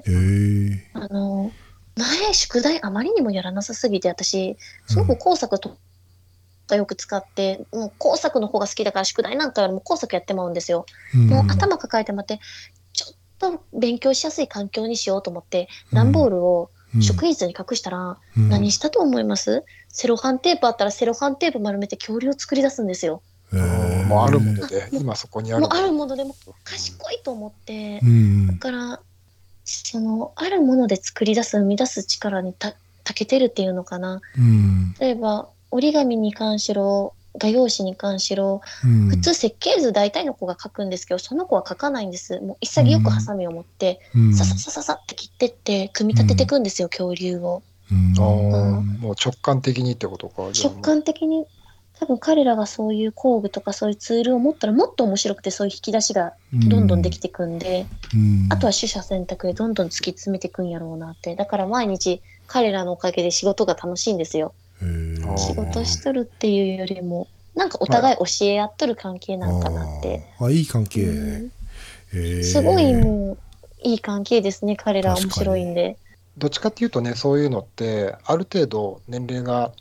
B: 前宿題あまりにもやらなさすぎて、私、すごく工作とよく使って、もう工作の方が好きだから宿題なんかよりも工作やってまうんですよ。もう頭抱えてまって、ちょっと勉強しやすい環境にしようと思って、段ボールを職員室に隠したら、何したと思います？セロハンテープあったらセロハンテープ丸めて恐竜を作り出すんですよ。
A: もうあるもので、今そこにある
B: もの。もうあるものでも賢いと思って、だから、そのあるもので作り出す、生み出す力に長けてるっていうのかな。例えば、折り紙に関しろ、画用紙に関しろ、普通設計図大体の子が描くんですけど、その子は描かないんです。もう潔くハサミを持って、さささささって切ってって、組み立てていくんですよ、恐竜を。
A: もう直感的にってことか。
B: 直感的に。多分彼らがそういう工具とかそういうツールを持ったらもっと面白くて、そういう引き出しがどんどんできていくんで、あとは取捨選択でどんどん突き詰めていくんやろうなって。だから毎日彼らのおかげで仕事が楽しいんですよ。仕事しとるっていうよりも、なんかお互い教え合っとる関係なんかなって。
C: いい関係ね。
B: すごいもういい関係ですね。彼ら面白いんで。
A: どっちかっていうとね、そういうのってある程度年齢が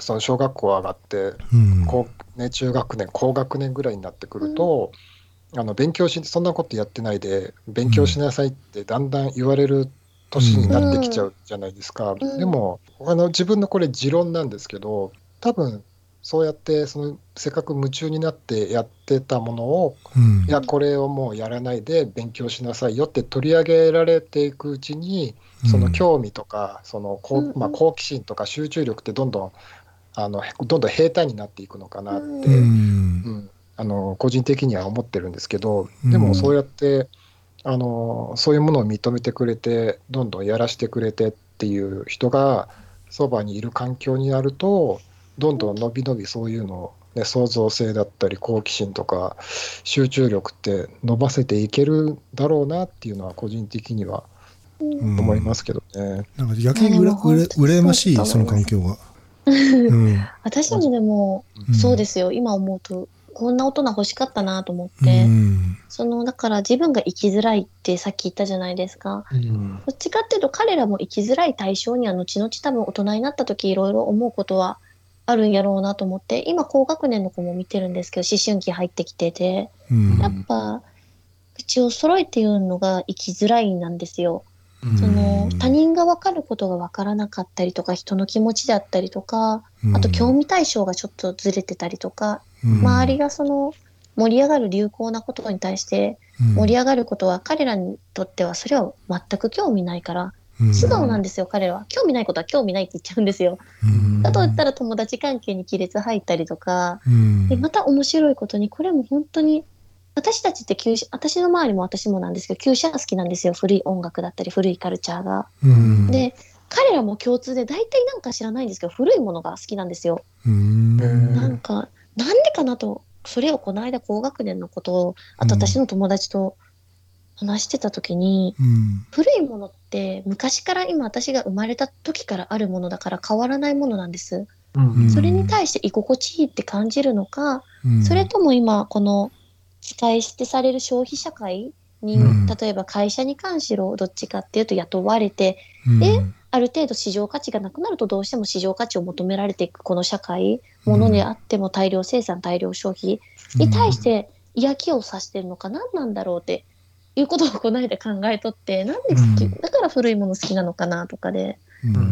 A: その小学校上がって、中学年高学年ぐらいになってくると、勉強そんなことやってないで勉強しなさいってだんだん言われる年になってきちゃうじゃないですか。でも自分のこれ持論なんですけど、多分そうやってせっかく夢中になってやってたものを、いやこれをもうやらないで勉強しなさいよって取り上げられていくうちに、その興味とか好奇心とか集中力ってどんどん平坦になっていくのかなって、個人的には思ってるんですけど、でもそうやってそういうものを認めてくれてどんどんやらせてくれてっていう人がそばにいる環境になると、どんどん伸び伸びそういうのを、ね、創造性だったり好奇心とか集中力って伸ばせていけるだろうなっていうのは個人的には思いますけどね。
C: なんか逆に羨ましい、その環境が。
B: 私もでも、そうですよ、今思うとこんな大人欲しかったなと思って、だから自分が生きづらいってさっき言ったじゃないですか。どっちかっていうと彼らも生きづらい対象には後々多分大人になった時いろいろ思うことはあるんやろうなと思って、今高学年の子も見てるんですけど、思春期入ってきてて、やっぱ口を揃えて言うのが生きづらいなんですよ。他人が分かることが分からなかったりとか、人の気持ちであったりとか、あと興味対象がちょっとずれてたりとか、周りが盛り上がる流行なことに対して盛り上がることは彼らにとってはそれは全く興味ないから、素直なんですよ。彼らは興味ないことは興味ないって言っちゃうんですよ。だと言ったら友達関係に亀裂入ったりとか、でまた面白いことに、これも本当に私たちって私の周りも私もなんですけど、旧車が好きなんですよ。古い音楽だったり古いカルチャーが。で彼らも共通で大体なんか知らないんですけど古いものが好きなんですよ。なんでかなと、それをこの間高学年のことをあと私の友達と話してた時に、古いものって昔から今私が生まれた時からあるものだから変わらないものなんです。それに対して居心地いいって感じるのか、それとも今この使い捨てされる消費社会に、例えば会社に関しろどっちかっていうと雇われて、である程度市場価値がなくなるとどうしても市場価値を求められていくこの社会、ものであっても大量生産大量消費に対して嫌気をさしてるのか、何なんだろうっていうことをこの間考えとって、なんでだから古いもの好きなのかなとかで、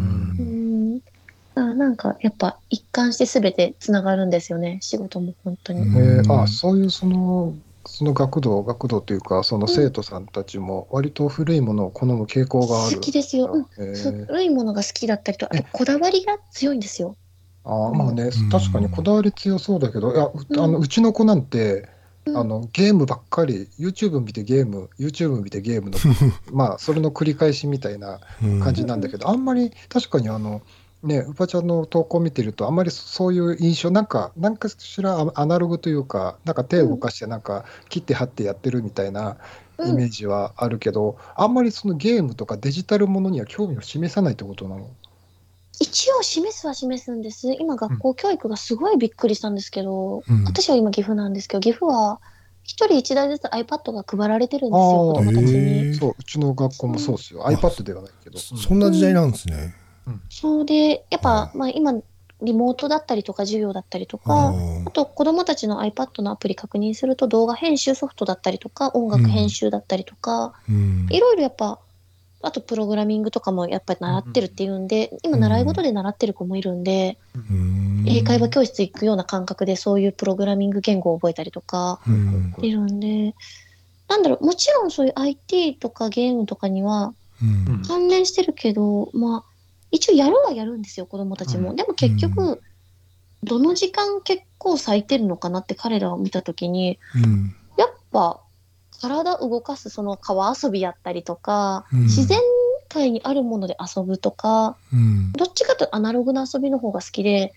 B: なんかやっぱ一貫して全てつながるんですよね、仕事も本当に。
A: そういうその学童というか、その生徒さんたちも割と古いものを好む傾向がある。
B: 好きですよ。古いものが好きだったりと、あとこだわりが強いんですよ。
A: まあね、確かにこだわり強そうだけど、うちの子なんてゲームばっかり、YouTube 見てゲームのまあそれの繰り返しみたいな感じなんだけど、あんまり確かにうばちゃんの投稿見てるとあんまりそういう印象、なんかしらアナログというか、なんか手を動かしてなんか切って貼ってやってるみたいなイメージはあるけど、あんまりそのゲームとかデジタルものには興味を示さないってことなの？
B: 一応示すんです。今学校教育がすごいびっくりしたんですけど、私は今岐阜なんですけど、岐阜は一人一台ずつ iPad が配られてるんですよ、子供たちに。
A: そう、うちの学校もそうですよ。iPad ではないけど。
C: そんな時代なんですね。
B: そうで、やっぱ、今、リモートだったりとか授業だったりとか、あと子供たちの iPad のアプリ確認すると動画編集ソフトだったりとか、音楽編集だったりとか、いろいろやっぱ、あとプログラミングとかもやっぱり習ってるっていうんで、今習い事で習ってる子もいるんで、英会話教室行くような感覚でそういうプログラミング言語を覚えたりとかいるんで、もちろんそういう IT とかゲームとかには関連してるけど、一応やるはやるんですよ、子供たちも。でも結局、どの時間結構割いてるのかなって彼らを見たときに、やっぱ体動かすその川遊びやったりとか、自然界にあるもので遊ぶとか、どっちかというとアナログな遊びの方が好きで、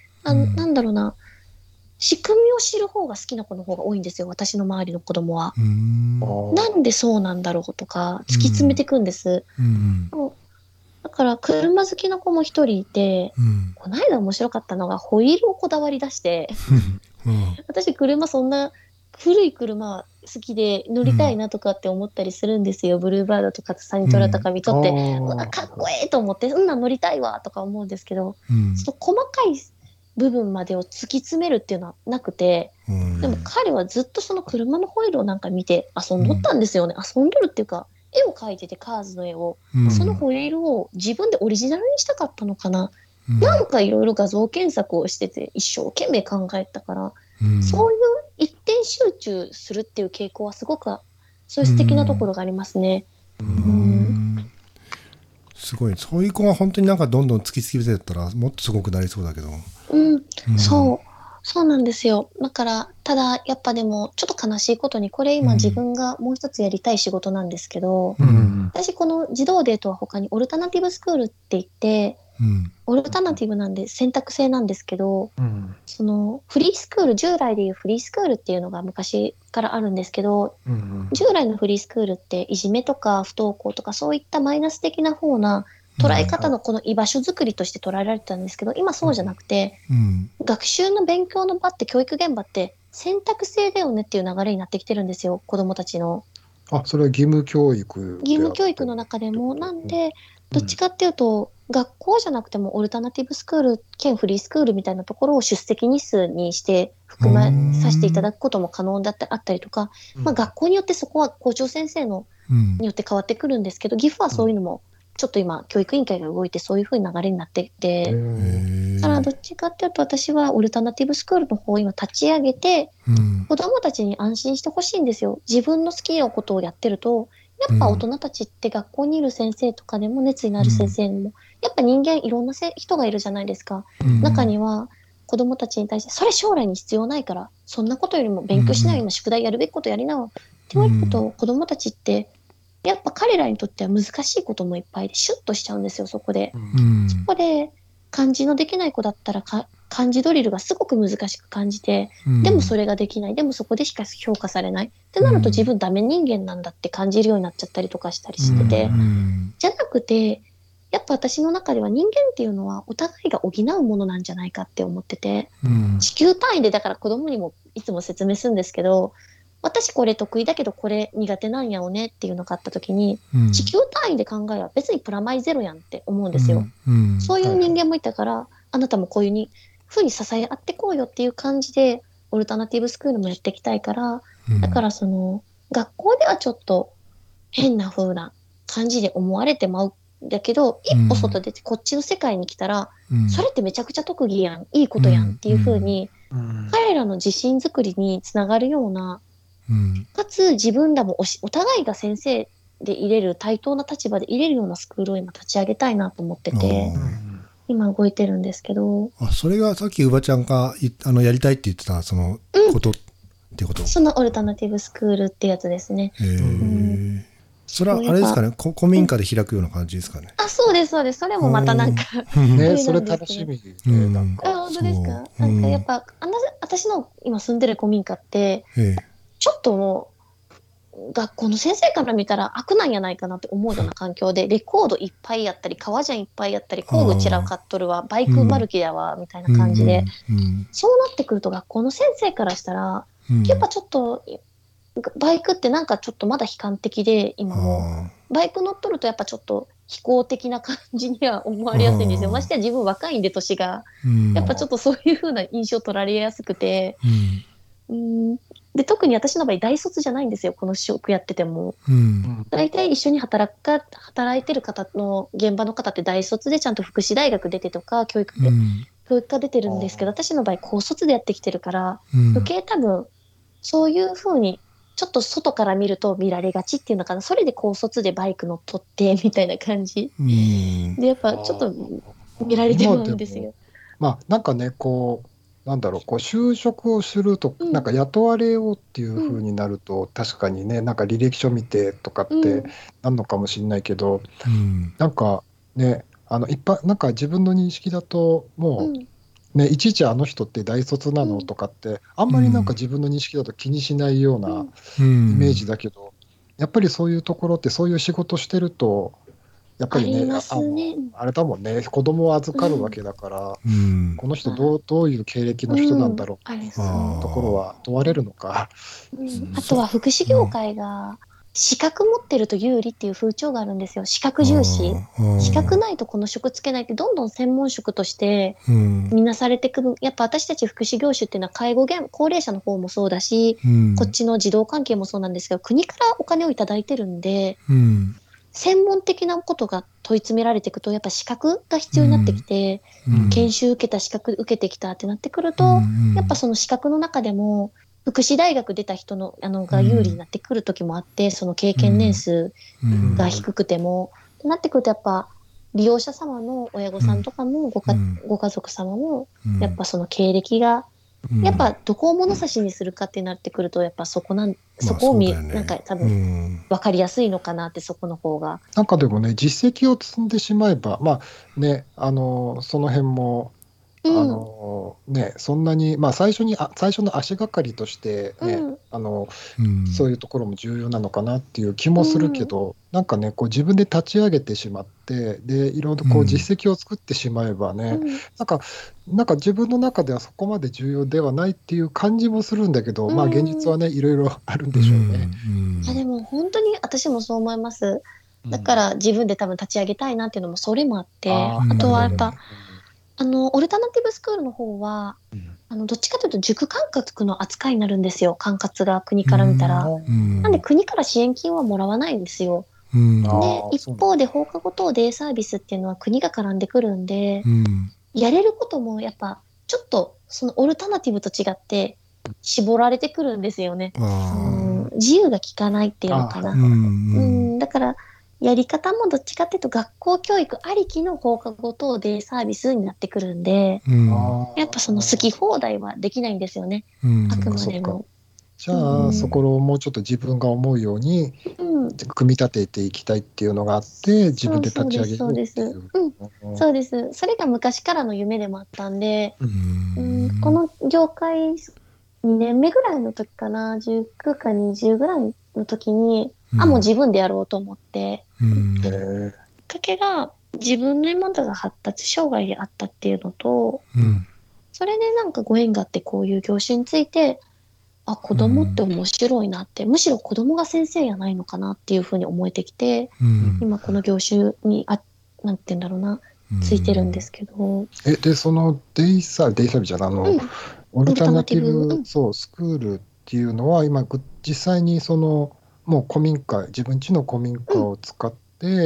B: 仕組みを知る方が好きな子の方が多いんですよ、私の周りの子供は。なんでそうなんだろうとか、突き詰めていくんです。だから車好きの子も一人いて、この間面白かったのがホイールをこだわり出して私車そんな古い車好きで乗りたいなとかって思ったりするんですよ。ブルーバードとかサニトラとか見とって、かっこええと思って、そんなん乗りたいわとか思うんですけど、ちょっと細かい部分までを突き詰めるっていうのはなくて、でも彼はずっとその車のホイールをなんか見て遊んどったんですよね。遊んどるっていうか、絵を描いてて、カーズの絵を。そのホイールを自分でオリジナルにしたかったのかな。なんかいろいろ画像検索をしてて、一生懸命考えたから、そういう一点集中するっていう傾向はすごく、そういう素敵なところがありますね。
C: すごい。そういう子が本当になんかどんどん突き詰めてったらもっとすごくなりそうだけど。
B: そうなんですよ。だから、ただ、やっぱでも、ちょっと悲しいことに、これ今自分がもう一つやりたい仕事なんですけど、私この児童デーとは他にオルタナティブスクールって言って、オルタナティブなんで選択制なんですけど、そのフリースクール、従来でいうフリースクールっていうのが昔からあるんですけど、従来のフリースクールっていじめとか不登校とかそういったマイナス的な方な捉え方のこの居場所づくりとして捉えられてたんですけど、今そうじゃなくて、学習の勉強の場って教育現場って選択制だよねっていう流れになってきてるんですよ、子どもたちの。
A: それは義務教育
B: 義務教育の中でも。なんで、どっちかっていうと、学校じゃなくてもオルタナティブスクール兼フリースクールみたいなところを出席日数にして含めさせていただくことも可能だってあったりとか、学校によってそこは校長先生のによって変わってくるんですけど、岐阜はそういうのもちょっと今教育委員会が動いてそういう風に流れになっていて、だからどっちかっていうと私はオルタナティブスクールの方を今立ち上げて、子どもたちに安心してほしいんですよ。自分の好きなことをやってると、やっぱ大人たちって学校にいる先生とかでも熱意のある先生にも、やっぱ人間いろんな人がいるじゃないですか。中には子どもたちに対して、それ将来に必要ないから、そんなことよりも勉強しないような宿題やるべきことやりなよって言われると、子どもたちって、やっぱ彼らにとっては難しいこともいっぱいで、シュッとしちゃうんですよ、そこで。そこで、漢字のできない子だったら漢字ドリルがすごく難しく感じて、でもそれができない、でもそこでしか評価されないってなると自分ダメ人間なんだって感じるようになっちゃったりとかしたりしてて、じゃなくてやっぱ私の中では人間っていうのはお互いが補うものなんじゃないかって思ってて、地球単位でだから子供にもいつも説明するんですけど、私これ得意だけどこれ苦手なんやろねっていうのがあった時に、地球単位で考えは別にプラマイゼロやんって思うんですよ。そういう人間もいたから、あなたもこういう風に支え合ってこうよっていう感じでオルタナティブスクールもやっていきたいから、だからその学校ではちょっと変な風な感じで思われてまうんだけど、一歩外出てこっちの世界に来たら、それってめちゃくちゃ特技やん、いいことやんっていう風に、彼らの自信作りにつながるような、かつ自分らもお互いが先生で入れる対等な立場で入れるようなスクールを今立ち上げたいなと思ってて、今動いてるんですけど。
C: それがさっきうばちゃんがやりたいって言ってたそのことってこと、
B: そのオルタナティブスクールってやつですね。
C: それはあれですかね、古民家で開くような感じですかね。
B: そうですそうです。それもまたなんか
A: ね、それ楽しみで、なんか。
B: 本当ですか。なんかやっぱ私の今住んでる古民家って、ちょっともう学校の先生から見たら悪なんやないかなって思うような環境で、レコードいっぱいやったり革ジャンいっぱいやったり工具散らかっとるわ、バイクマルキだわみたいな感じで、そうなってくると学校の先生からしたら、やっぱちょっとバイクってなんかちょっとまだ悲観的で、今もバイク乗っとるとやっぱちょっと非公的な感じには思われやすいんですよ。ましてや自分若いんで年が、やっぱちょっとそういう風な印象取られやすくて、で特に私の場合大卒じゃないんですよ、この職やってても。大体一緒に働いてる方の現場の方って大卒でちゃんと福祉大学出てとか教育科出てるんですけど、私の場合高卒でやってきてるから、余計多分そういう風にちょっと外から見ると見られがちっていうのかな。それで高卒でバイク乗っ取ってみたいな感じで、やっぱちょっと見られてるんですよ。
A: なんかね、こうなんだろう、こう就職をすると、なんか雇われようっていう風になると、確かにね、なんか履歴書見てとかってなんのかもしれないけど、なんかね、なんか自分の認識だと、もう、ね、いちいちあの人って大卒なのとかって、あんまりなんか自分の認識だと気にしないようなイメージだけど、やっぱりそういうところって、そういう仕事してると、やっぱりね、あれだもんね、子供を預かるわけだから、この人どういう経歴の人なんだろうっていうところは問われるのか。
B: あとは福祉業界が資格持ってると有利っていう風潮があるんですよ。資格重視。資格ないとこの職つけないってどんどん専門職として見なされていく分、やっぱ私たち福祉業種っていうのは高齢者の方もそうだし、こっちの児童関係もそうなんですけど、国からお金をいただいてるんで、専門的なことが問い詰められていくと、やっぱ資格が必要になってきて、研修受けた資格受けてきたってなってくると、やっぱその資格の中でも、福祉大学出た人のが有利になってくる時もあって、その経験年数が低くても、ってなってくるとやっぱ利用者様の親御さんとかもご家族様もやっぱその経歴がやっぱどこを物差しにするかってなってくるとやっぱそこをなんか多分分かりやすいのかなって、そこの方が
A: なんかでもね、実績を積んでしまえばまあね、その辺もね、そんなに、まあ、最初の足がかりとしてね、そういうところも重要なのかなっていう気もするけど、なんかね、こう自分で立ち上げてしまって、でいろいろこう実績を作ってしまえばね、なんか自分の中ではそこまで重要ではないっていう感じもするんだけど、まあ現実はね、いろいろあるんでしょうね。
B: でも本当に私もそう思います。だから自分で多分立ち上げたいなっていうのもそれもあって、あとはやっぱオルタナティブスクールの方は、どっちかというと塾管轄の扱いになるんですよ。管轄が国から見たら。なんで国から支援金はもらわないんですよ。で、一方で放課後等デイサービスっていうのは国が絡んでくるんで、やれることもやっぱちょっとそのオルタナティブと違って絞られてくるんですよね。自由が利かないっていうのかな。だからやり方もどっちかっていうと学校教育ありきの放課後等デイサービスになってくるんで、やっぱその好き放題はできないんですよね。あくまでも。
A: じゃあ、そこをもうちょっと自分が思うように組み立てていきたいっていうのがあって、自分で立ち上げるっていう。
B: そうです。それが昔からの夢でもあったんで、この業界2年目ぐらいの時かな、19か20ぐらいの時に、もう自分でやろうと思って、きっかけが自分の妹が発達障害であったっていうのと、それでなんかご縁があってこういう業種について、子供って面白いなって、むしろ子供が先生やないのかなっていうふうに思えてきて、今この業種になんて言うんだろうな、ついてるんですけど。
A: で、そのデイサービスじゃない、オルタナティブ、スクールっていうのは、今、実際にもう古民家、自分家の古民家を使って、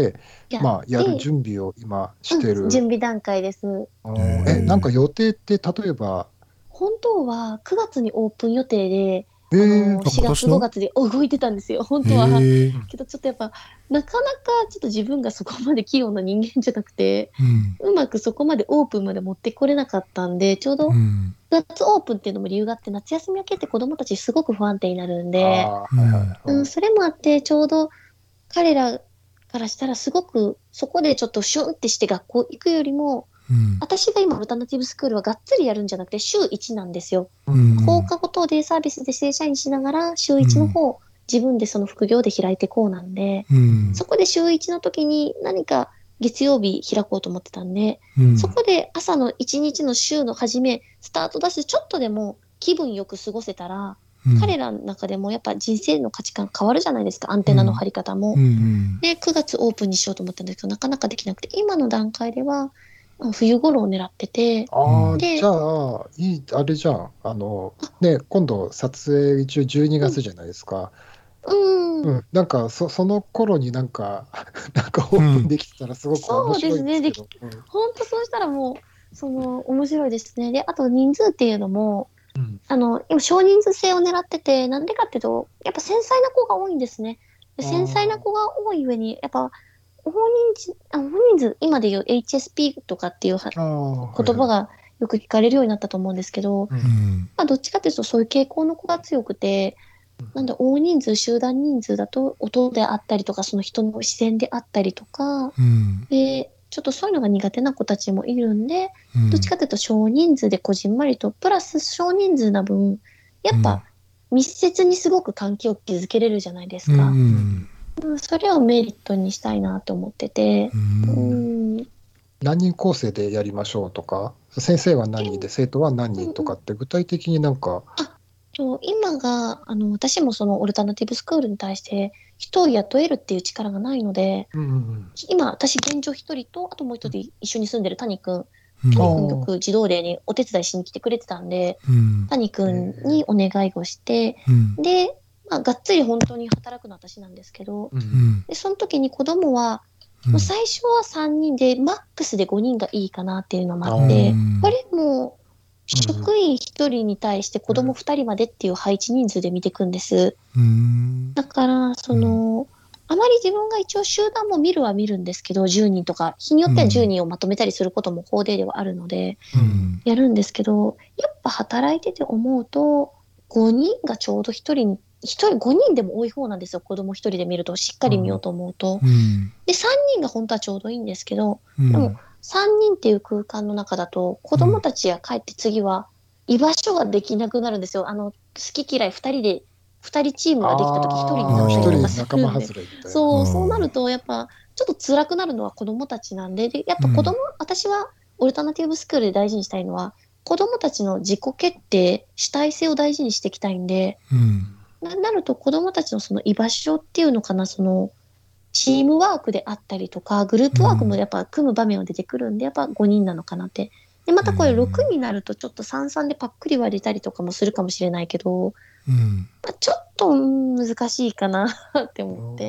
A: やる準備を今してる。
B: 準備段階です。
A: なんか予定って、例えば
B: 本当は9月にオープン予定で、4月5月で動いてたんですよ、本当は。けどちょっとやっぱなかなかちょっと自分がそこまで器用な人間じゃなくて、うまくそこまでオープンまで持ってこれなかったんで、ちょうど9月オープンっていうのも理由があって、夏休み明けって子どもたちすごく不安定になるんで、それもあってちょうど彼らからしたらすごくそこでちょっとシュンってして学校行くよりも、私が今オルタナティブスクールはがっつりやるんじゃなくて週1なんですよ。放課後等デイサービスで正社員しながら週1の方、自分でその副業で開いてこうなんで、そこで週1の時に何か月曜日開こうと思ってたんで、そこで朝の1日の週の初めスタートダッシュちょっとでも気分よく過ごせたら、彼らの中でもやっぱ人生の価値観変わるじゃないですか、アンテナの張り方も。で9月オープンにしようと思ったんですけど、なかなかできなくて、今の段階では冬頃を狙ってて。
A: じゃああれじゃん、今度撮影一応12月じゃないですか。なんかその頃になんかオープンできてたらすごく面白いんですけど。
B: 本当そうしたらもう面白いですね。であと人数っていうのも、今少人数制を狙ってて、なんでかっていうとやっぱ繊細な子が多いんですね。で繊細な子が多い上にやっぱ大人数、今で言う HSP とかっていう言葉がよく聞かれるようになったと思うんですけど、どっちかというとそういう傾向の子が強くて、なんで大人数、集団人数だと音であったりとか、その人の視線であったりとか、でちょっとそういうのが苦手な子たちもいるんで、どっちかというと少人数でこじんまりと、プラス少人数な分、やっぱ密接にすごく関係を築けれるじゃないですか。それをメリットにしたいなと思ってて。
A: 何人構成でやりましょうとか、先生は何人で生徒は何人とかって具体的になんか。
B: 今が私もそのオルタナティブスクールに対して人を雇えるっていう力がないので、
A: うんうん
B: 今、私現状一人と、あともう一人一緒に住んでる谷くん、
C: うん
B: 谷くんよく児童霊にお手伝いしに来てくれてたんで、
C: うん
B: 谷くんにお願いをして、
C: うん
B: で、まあ、がっつり本当に働くのは私なんですけど、
A: うん
C: うん
B: で、その時に子供は、もう最初は3人で、マックスで5人がいいかなっていうのもあって、これも職員1人に対して子供2人までっていう配置人数で見ていくんです。だから、あまり自分が一応集団も見るは見るんですけど、10人とか、日によっては10人をまとめたりすることも法定ではあるので、やるんですけど、やっぱ働いてて思うと、5人がちょうど1人、5人でも多い方なんですよ。子供1人で見ると、しっかり見ようと思うと。で、3人が本当はちょうどいいんですけど、でも、3人っていう空間の中だと、子供たちが帰って次は、居場所ができなくなるんですよ。好き嫌い2人チームができた時1人になったりとかするんで。そうなると、やっぱ、ちょっと辛くなるのは子供たちなんで、やっぱ私はオルタナティブスクールで大事にしたいのは、子供たちの自己決定、主体性を大事にしていきたいんで、なると子供たちのその居場所っていうのかな、チームワークであったりとか、グループワークもやっぱ組む場面は出てくるんで、やっぱ5人なのかなって。で、またこれ6になるとちょっと3-3でパックリ割れたりとかもするかもしれないけど、ちょっと難しいかなって思って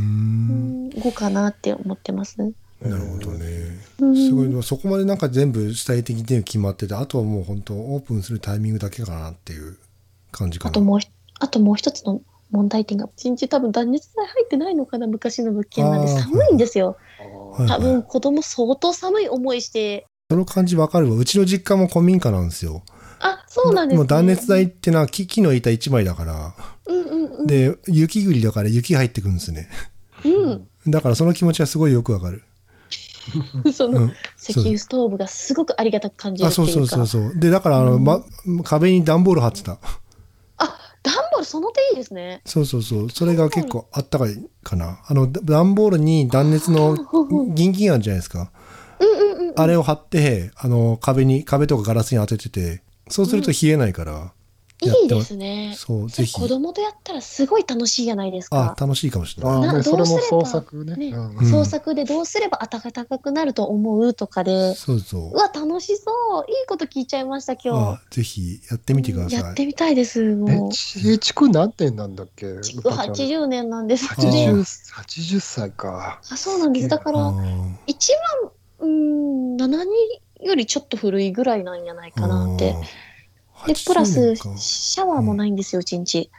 B: 、5かなって思ってます。
C: なるほどね。すごい、そこまでなんか全部主体的に決まってて、あとはもう本当オープンするタイミングだけかなっていう感じかな。
B: あともう一つの問題点が、一日多分断熱材入ってないのかな、昔の物件なんで寒いんですよ。多分子供相当寒い思いして。
C: その感じわかるわ。うちの実家も古民家なんですよ。
B: あ、そうなんですね。
C: もう断熱材ってのは木の板1枚だから、で、雪国だから雪入ってくるんですね。だからその気持ちはすごいよくわかる。
B: 石油ストーブがすごくありがたく感じるっていうか。
C: そう。で、だから壁に段ボール貼ってた。
B: 段ボールその手いいですね。
C: そう。それが結構あったかいかな。段ボールに断熱のギンギンあるじゃないですか。あれを貼って、壁とかガラスに当ててて、そうすると冷えないから。
B: いいですね。
C: そう、ぜひ。
B: 子供とやったらすごい楽しいじゃないですか。
C: 楽しいかもしれない。
A: それも創作ね。
B: 創作でどうすれば暖かくなると思うとかで。うわ、楽しそう。いいこと聞いちゃいました、今
C: 日。ぜひやってみてください。
B: やってみたいです、もう。
A: 築何年なんだっけ？
B: 築80年なんです。
A: 80歳か。
B: そうなんです。だから、一番、7人よりちょっと古いぐらいなんじゃないかなって。で、プラス、シャワーもないんですよ、うちんち。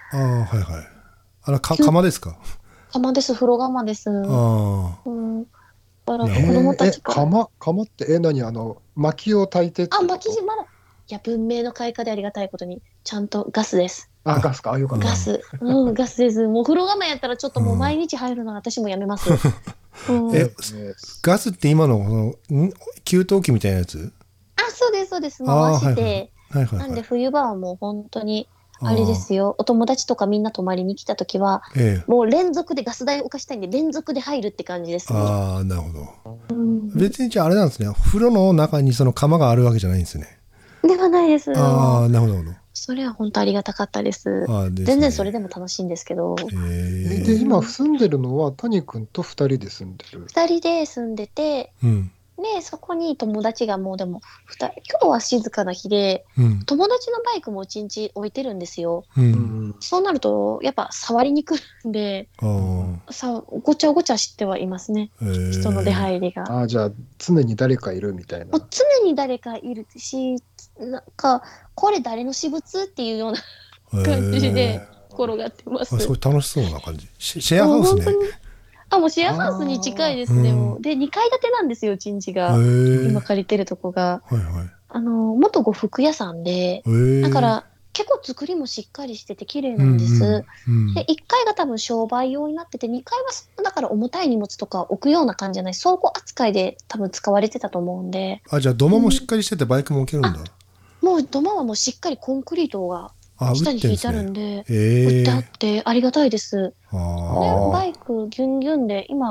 C: 釜ですか？
B: 釜です、風呂釜です。だから子供たちから。
A: 釜って、薪を焚いてってこと？
B: 薪まだ。いや、文明の開化でありがたいことに、ちゃんとガスです。
A: ガスか、よかった。
B: ガス。ガスです。もう風呂釜やったらちょっともう毎日入るのは私もやめます。
C: ガスって今の給湯器みたいなやつ？
B: そうです。回して。なんで冬場はもう本当に、あれですよ。お友達とかみんな泊まりに来た時は、もう連続でガス代を浮かしたいんで、連続で入るって感じですね。
C: なるほど。別にじゃああれなんですね。風呂の中にその釜があるわけじゃないんですね。
B: ではないです。
C: なるほど。
B: それは本当ありがたかったです。全然それでも楽しいんですけど。
A: で、今住んでるのは谷君と2人で住んでる？
B: 2人で住んでて、で、そこに友達がもうでも、今日は静かな日で、友達のバイクも1日置いてるんですよ。そうなると、やっぱ触りに来るんで、ごちゃごちゃしてはいますね。人の出入りが。
A: じゃあ、常に誰かいるみたいな。
B: もう常に誰かいるし、なんか、これ誰の私物っていうような感じで転がってます。
C: すごい楽しそうな感じ。シェアハウスね。
B: もうシェアハウスに近いですね。で、2階建てなんですよ、うちんちが。今借りてるとこが。元呉服屋さんで、だから結構作りもしっかりしてて綺麗なんです。で、1階が多分商売用になってて、2階はだから重たい荷物とか置くような感じじゃない、倉庫扱いで多分使われてたと思うんで。
C: じゃあ土間もしっかりしててバイクも置けるんだ。
B: もう土間はもうしっかりコンクリートが下に引いてあるんで、売ってあってありがたいです。バイクギュンギュンで今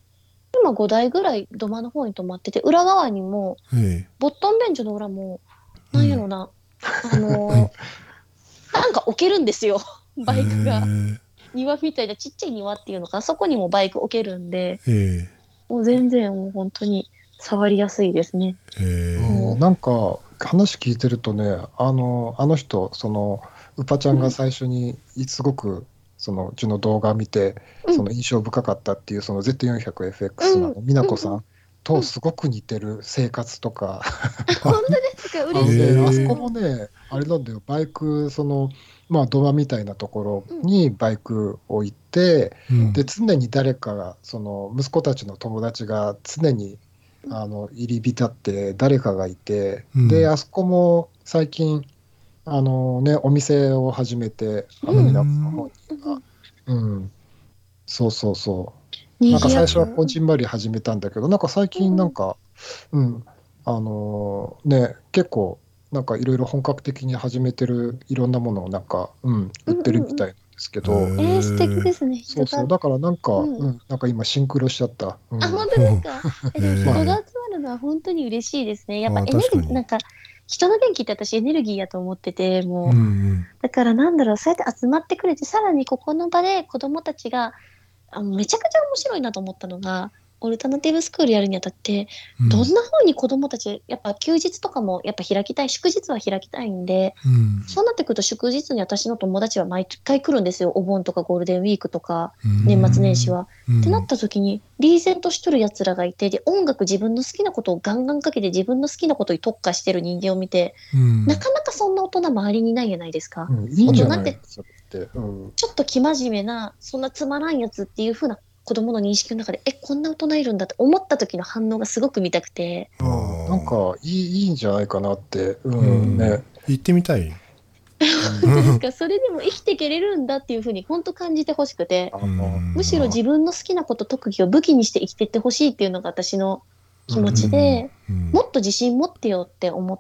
B: 5台ぐらい土間の方に止まってて、裏側にも、ボットン便所の裏も、なんやろな、なんか置けるんですよ、バイクが。 庭みたいなちっちゃい庭っていうのか、そこにもバイク置けるんで、
C: え
B: もう全然もう本当に触りやすいですね。
A: なんか話聞いてるとね、あの人、ウパちゃんが最初にすごくうちの動画見て、印象深かったっていうZ400FX の美奈子さんとすごく似てる生活とか、
B: 本当ですか、嬉しい。
A: あそこもね、あれなんだよ、バイク、まあ、土間みたいなところにバイク置いて、で、常に誰かが、息子たちの友達が常に、入り浸って誰かがいて、で、あそこも最近、お店を始めて、美奈子さん本人が。そうそうそう。なんか最初はこじんまり始めたんだけど、なんか最近なんか、結構、なんかいろいろ本格的に始めてるいろんなものをなんか、売ってるみたいなんですけど、
B: 素敵ですね。
A: そうそう、だからなんか、なんか今シンクロしちゃった。
B: 本当ですか。でも人が集まるのは本当に嬉しいですね。やっぱエネルギー、なんか、人の元気って私エネルギーやと思ってて、もう。だからなんだろう、そうやって集まってくれて、さらにここの場で子供たちが、めちゃくちゃ面白いなと思ったのが、オルタナティブスクールやるにあたって、どんな風に子供たち、やっぱ休日とかもやっぱ開きたい、祝日は開きたいんで、そうなってくると祝日に私の友達は毎回来るんですよ。お盆とかゴールデンウィークとか、年末年始は。ってなった時に、リーゼントしとる奴らがいて、で、音楽自分の好きなことをガンガンかけて自分の好きなことに特化してる人間を見て、なかなかそんな大人周りにいないじゃないですか。
A: いいんじゃない
B: 大人って、ちょっと生真面目な、そんなつまらんやつっていう風な子供の認識の中で、こんな大人いるんだって思った時の反応がすごく見たくて。
A: なんかいいんじゃないかなって、ね。
C: 行ってみたい。
B: なんかそれでも生きていけれるんだっていうふうに本当感じてほしくて、むしろ自分の好きなこと特技を武器にして生きていってほしいっていうのが私の気持ちで、もっと自信持ってよって思って、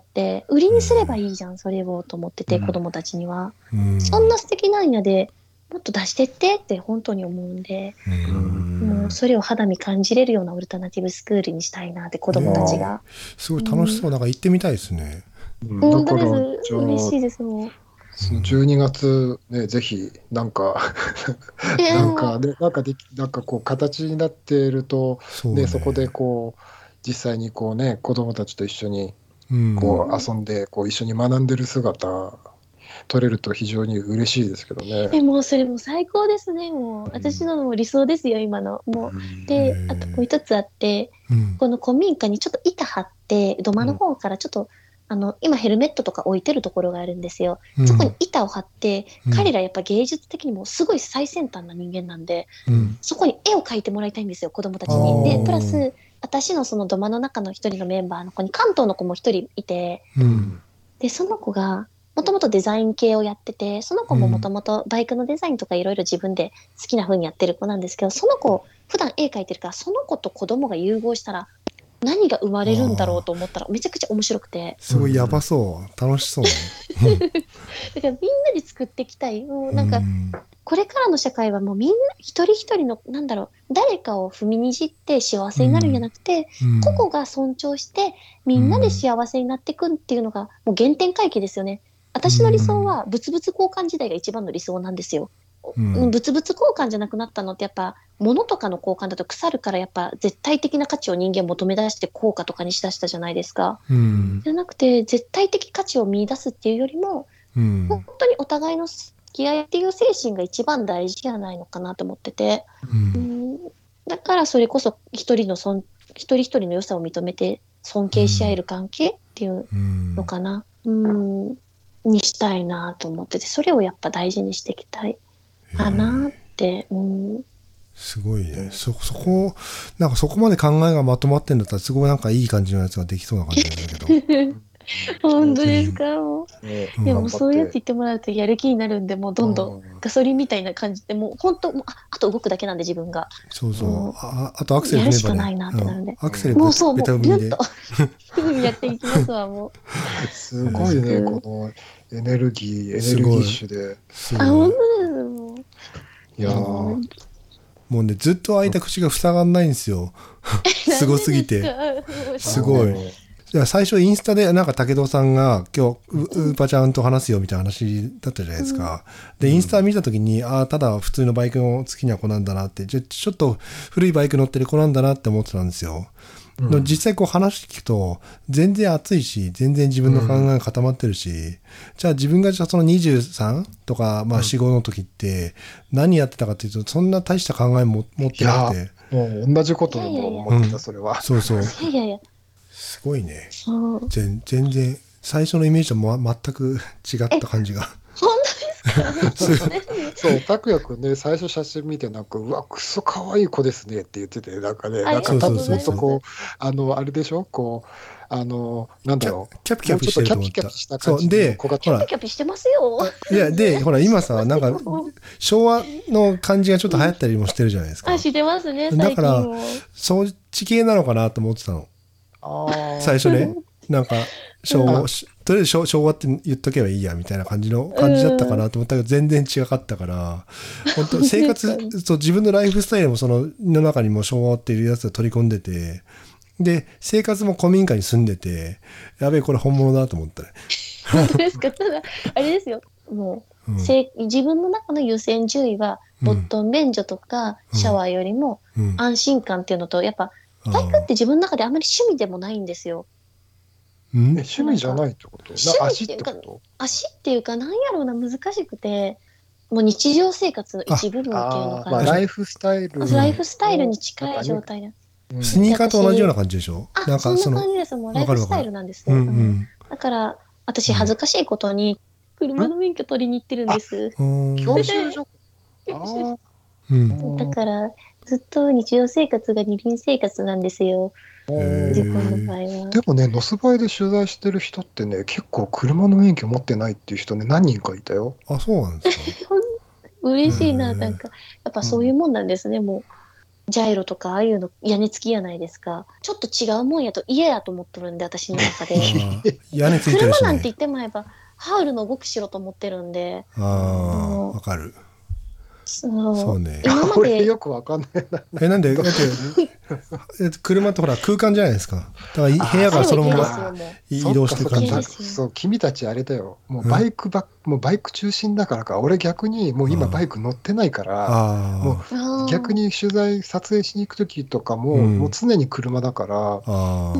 B: 売りにすればいいじゃん、それをと思ってて、子供たちには。そんな素敵なんやで、もっと出してってって本当に思うんで、もうそれを肌身感じれるようなオルタナティブスクールにしたいなって子供たちが。
C: すごい楽しそう。なんか行ってみたいですね。
B: 本当です。嬉しいですもん。
A: 12月ね、ぜひなんかなんかこう形になっていると、そこでこう実際にこうね、子供たちと一緒にこう遊んでこう一緒に学んでる姿撮れると非常に嬉しいですけどね。
B: もうそれも最高ですね。もう私のも理想ですよ、今の。もうで、あともう一つあって、この古民家にちょっと板張って土間の方からちょっと、今ヘルメットとか置いてるところがあるんですよ。そこに板を張って、彼らやっぱ芸術的にもすごい最先端な人間なんで、そこに絵を描いてもらいたいんですよ、子供たちに。で、プラス、私のその土間の中の一人のメンバーの子に関東の子も一人いて、で、その子が、もともとデザイン系をやってて、その子ももともとバイクのデザインとかいろいろ自分で好きな風にやってる子なんですけど、その子、普段絵描いてるから、その子と子供が融合したら、何が生まれるんだろうと思ったらめちゃくちゃ面白くて、
C: すごいやばそう、楽しそう
B: だからみんなで作っていきたい。もうなんかこれからの社会はもうみんな一人一人の誰かを踏みにじって幸せになるんじゃなくて、個々が尊重してみんなで幸せになっていくっていうのがもう原点回帰ですよね。私の理想は物々交換時代が一番の理想なんですよ。物々交換じゃなくなったのってやっぱ物とかの交換だと腐るから、やっぱ絶対的な価値を人間求め出して効果とかにしだしたじゃないですか。じゃなくて絶対的価値を見出すっていうよりも、本当にお互いの付き合いっていう精神が一番大事じゃないのかなと思ってて、だからそれこそ一人一人の良さを認めて尊敬し合える関係っていうのかな、にしたいなと思ってて、それをやっぱ大事にしていきたいかなって、
C: すごいね。そこなんかそこまで考えがまとまってんだったらすごいなんかいい感じのやつができそうな感じなんだけど。
B: 本当ですか。もういや、もうそうやって言ってもらうとやる気になるんで、もうどんどんガソリンみたいな感じで、もう本当もうあと動くだけなんで自分が。
C: そうそう。あとアクセル
B: やるしかないなってなるんで。
C: アクセル
B: もうそう、もう
C: ベタ踏みで
B: ビュッとすぐにやっていきますわ、もう。
A: すごいね、このエネルギッシュで。
B: 本当ですもう。
A: いやー。
C: もうね、ずっと開いた口が塞がんないんですよ。すごすぎて。すごい。 いや最初インスタでなんか武藤さんが今日ウーパちゃんと話すよみたいな話だったじゃないですか。でインスタ見た時にただ普通のバイクの好きな子なんだなって、ちょっと古いバイク乗ってる子なんだなって思ってたんですよ。実際こう話聞くと全然熱いし、全然自分の考えが固まってるし、じゃあ自分がその23とか、まあ4、5の時って何やってたかっていうと、そんな大した考えも持ってなくて。
A: もう同じことを思ってた、それは。
C: そうそう。
B: いやいや。
C: すごいね。
B: そう。
C: 全然、最初のイメージとも全く違った感じが。
B: 本当ですか？
A: そう、拓也くんね、最初写真見て、なんか、うわ、くそ可愛い子ですねって言ってて、なんかね、なんか多分もっとこう、あれでしょ、こう、なんだろう、
C: キャピキャピしてると思った。
A: キャピキャピした感じの子が
B: キャピキャピしてますよ。
C: いや、で、ほら、今さ、なんか、昭和の感じがちょっと流行ったりもしてるじゃないですか。
B: してますね、
C: だから、そっち系なのかなと思ってたの。最初ね、なんか、とりあえず昭和って言っとけばいいやみたいな感じだったかなと思ったけど、全然違かったから、本当生活そう、自分のライフスタイルもその中にも昭和っていうやつを取り込んでて、で生活も古民家に住んでて、やべえこれ本物だと思ったね。
B: 本当ですか？ただあれですよ、もう、自分の中の優先順位はボットン便所とかシャワーよりも安心感っていうのと、やっぱバイクって自分の中であんまり趣味でもないんですよ。
A: 趣味じゃないってこと？足ってこと？
B: 足っていうか、なんやろうな、難しくて、もう日常生活の一部分っていうのかな。
A: ライフスタイル。
B: ライフスタイルに近い状態で。
C: スニーカーと同じような感じでしょ？
B: なんかそんな感じです。もうライフスタイルなんですね。だから、私恥ずかしいことに、車の免許取りに行ってるんです。
A: 教習所。
B: だから、ずっと日常生活が二輪生活なんですよ。自分の場合は。
A: でもね、ノスバイで取材してる人ってね、結構車の免許持ってないっていう人ね、何人かいたよ。
C: あ、そうなんですか。
B: 嬉しいな、なんか、やっぱそういうもんなんですね、もう。ジャイロとかああいうの屋根付きやないですか。ちょっと違うもんやと嫌やと思ってるんで、私の中で。
C: 屋根ついてるしね。
B: 車なんて言ってもらえば、ハウルの動く城と思ってるんで。
C: わかる。
B: そう
C: ね。
B: 今まで
A: よくわかんないな。
C: なんでだって車ってほら空間じゃないですか。だから部屋がそのまま移動してる感じ。
A: そう、君たちあれだよ。もうバイク中心だからか。俺逆にもう今バイク乗ってないから、もう逆に撮影しに行く時とかも、もう常に車だから、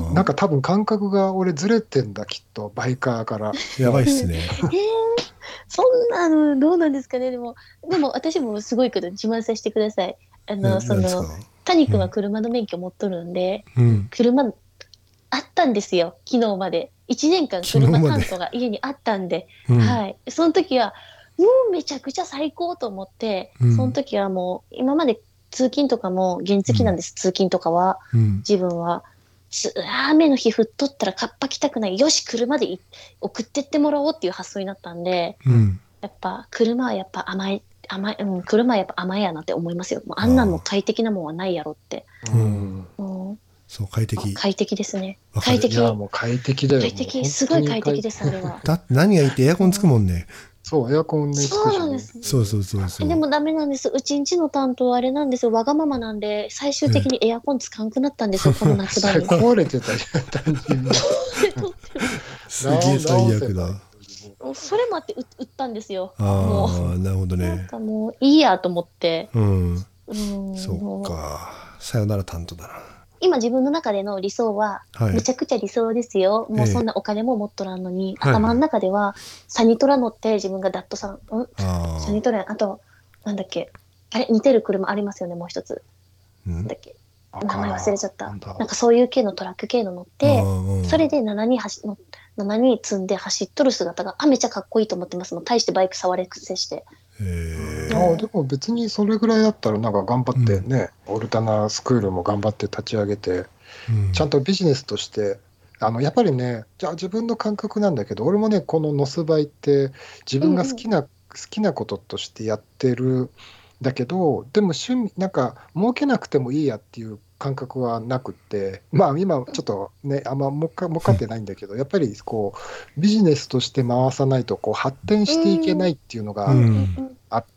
A: なんか多分感覚が俺ずれてんだ、きっとバイカーから。
C: やばいっすね。
B: そんなのどうなんですかね。でも私もすごいこと自慢させてください。谷君は車の免許持っとるんで、車あったんですよ、昨日まで。1年間車担当が家にあったんで、はい。その時はもうめちゃくちゃ最高と思って、その時はもう今まで通勤とかも原付なんです、通勤とかは、自分は。雨の日降っとったらカッパ来たくない。よし、車で送ってってもらおうっていう発想になったんで、やっぱ車はやっぱ車はやっぱ甘いやなって思いますよ。もうあんなんも快適なもんはないやろって。
C: そう、快適。
B: 快適ですね。快適。
A: いや、もう快適だよ。
B: 快適、すごい快適です、あれは。
C: だって何がいいってエアコンつくもんね。
A: そう、エアコンね、
B: そうなんです。
C: そう。
B: でもダメなんです。うちんちの担当あれなんですよ。わがままなんで、最終的にエアコンつかんくなったんですよ、この夏場に。
A: 壊れてたじゃん、単純に。
C: すげえ最悪だ。
B: それもあって売ったんですよ。
C: なるほどね。
B: なんかもういいやと思って。
C: そうか。さよなら担当だな。
B: 今自分の中での理想は、めちゃくちゃ理想ですよ。もうそんなお金も持っとらんのに、頭の中ではサニトラ乗って自分がダットさん、サニトラ、あと、なんだっけ、あれ、似てる車ありますよね、もう一つ。なんだっけ、名前忘れちゃった。なんかそういう系のトラック系の乗って、それで7に積んで走っとる姿が、めちゃかっこいいと思ってます。もう大してバイク触れくせして。
A: でも別にそれぐらいだったらなんか頑張ってね、オルタナスクールも頑張って立ち上げて、ちゃんとビジネスとしてやっぱりね、じゃあ自分の感覚なんだけど、俺もねこのノスバイって自分が好きなこととしてやってるだけど、でも趣味なんか儲けなくてもいいやっていう感覚はなくって、まあ今ちょっとねあんま儲かってないんだけど、やっぱりこうビジネスとして回さないとこう発展していけないっていうのがあって、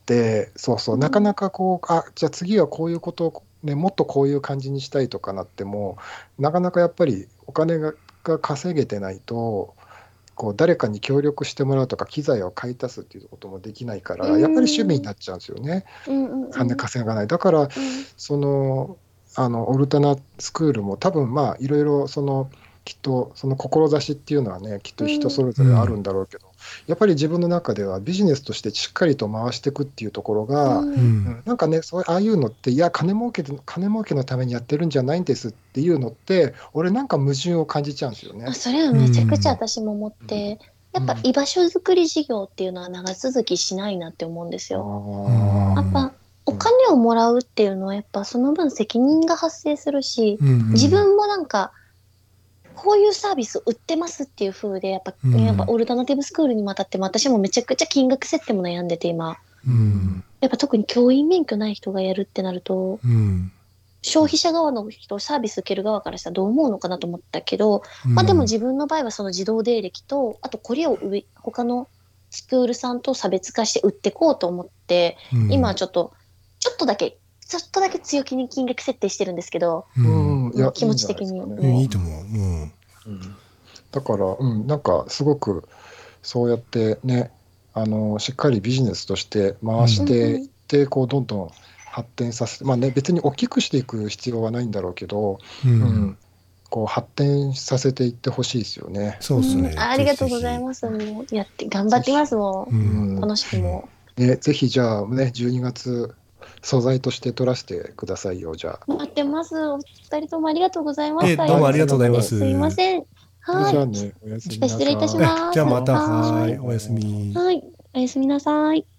A: そうなかなかこうじゃあ次はこういうことをね、もっとこういう感じにしたいとかなってもなかなかやっぱりお金がが稼げてないと、こう誰かに協力してもらうとか機材を買い足すっていうこともできないから、やっぱり趣味になっちゃうんですよね。金稼がない。だから、その、オルタナスクールも多分まあいろいろきっとその志っていうのはね、きっと人それぞれあるんだろうけど、やっぱり自分の中ではビジネスとしてしっかりと回していくっていうところが、なんかね、ああいうのって、いや金儲けのためにやってるんじゃないんですっていうのって、俺なんか矛盾を感じちゃうんですよね。
B: それはめちゃくちゃ私も思って、やっぱ居場所づくり事業っていうのは長続きしないなって思うんですよ。やっぱお金をもらうっていうのはやっぱその分責任が発生するし、自分もなんかこういうサービス売ってますっていう風でやっぱオルタナティブスクールにも当たっても私もめちゃくちゃ金額設定も悩んでて今、やっぱ特に教員免許ない人がやるってなると、消費者側の人、サービス受ける側からしたらどう思うのかなと思ったけど、まあでも自分の場合はその自動出歴と、あとこれを他のスクールさんと差別化して売ってこうと思って、今はちょっとだけ強気に金額設定してるんですけど、気持ち的に。
C: いいと思う。
A: だから、なんかすごくそうやってね、しっかりビジネスとして回していって、こうどんどん発展させて、まあね、別に大きくしていく必要はないんだろうけど、こう発展させていってほしいですよね。
C: そうですね。
B: ありがとうございます。もう頑張ってますもん。楽しくも。
A: ぜひじゃあね、12月素材として取らせてくださいよ、じゃあ。
B: 待ってます。お二人ともありがとうございました。
C: どうもありがとうございます。
B: すいません。はい。
A: じゃあね、おやすみなさい。
B: 失礼いたします。
C: じゃあまた、はい、おやすみ。
B: はい、おやすみなさい。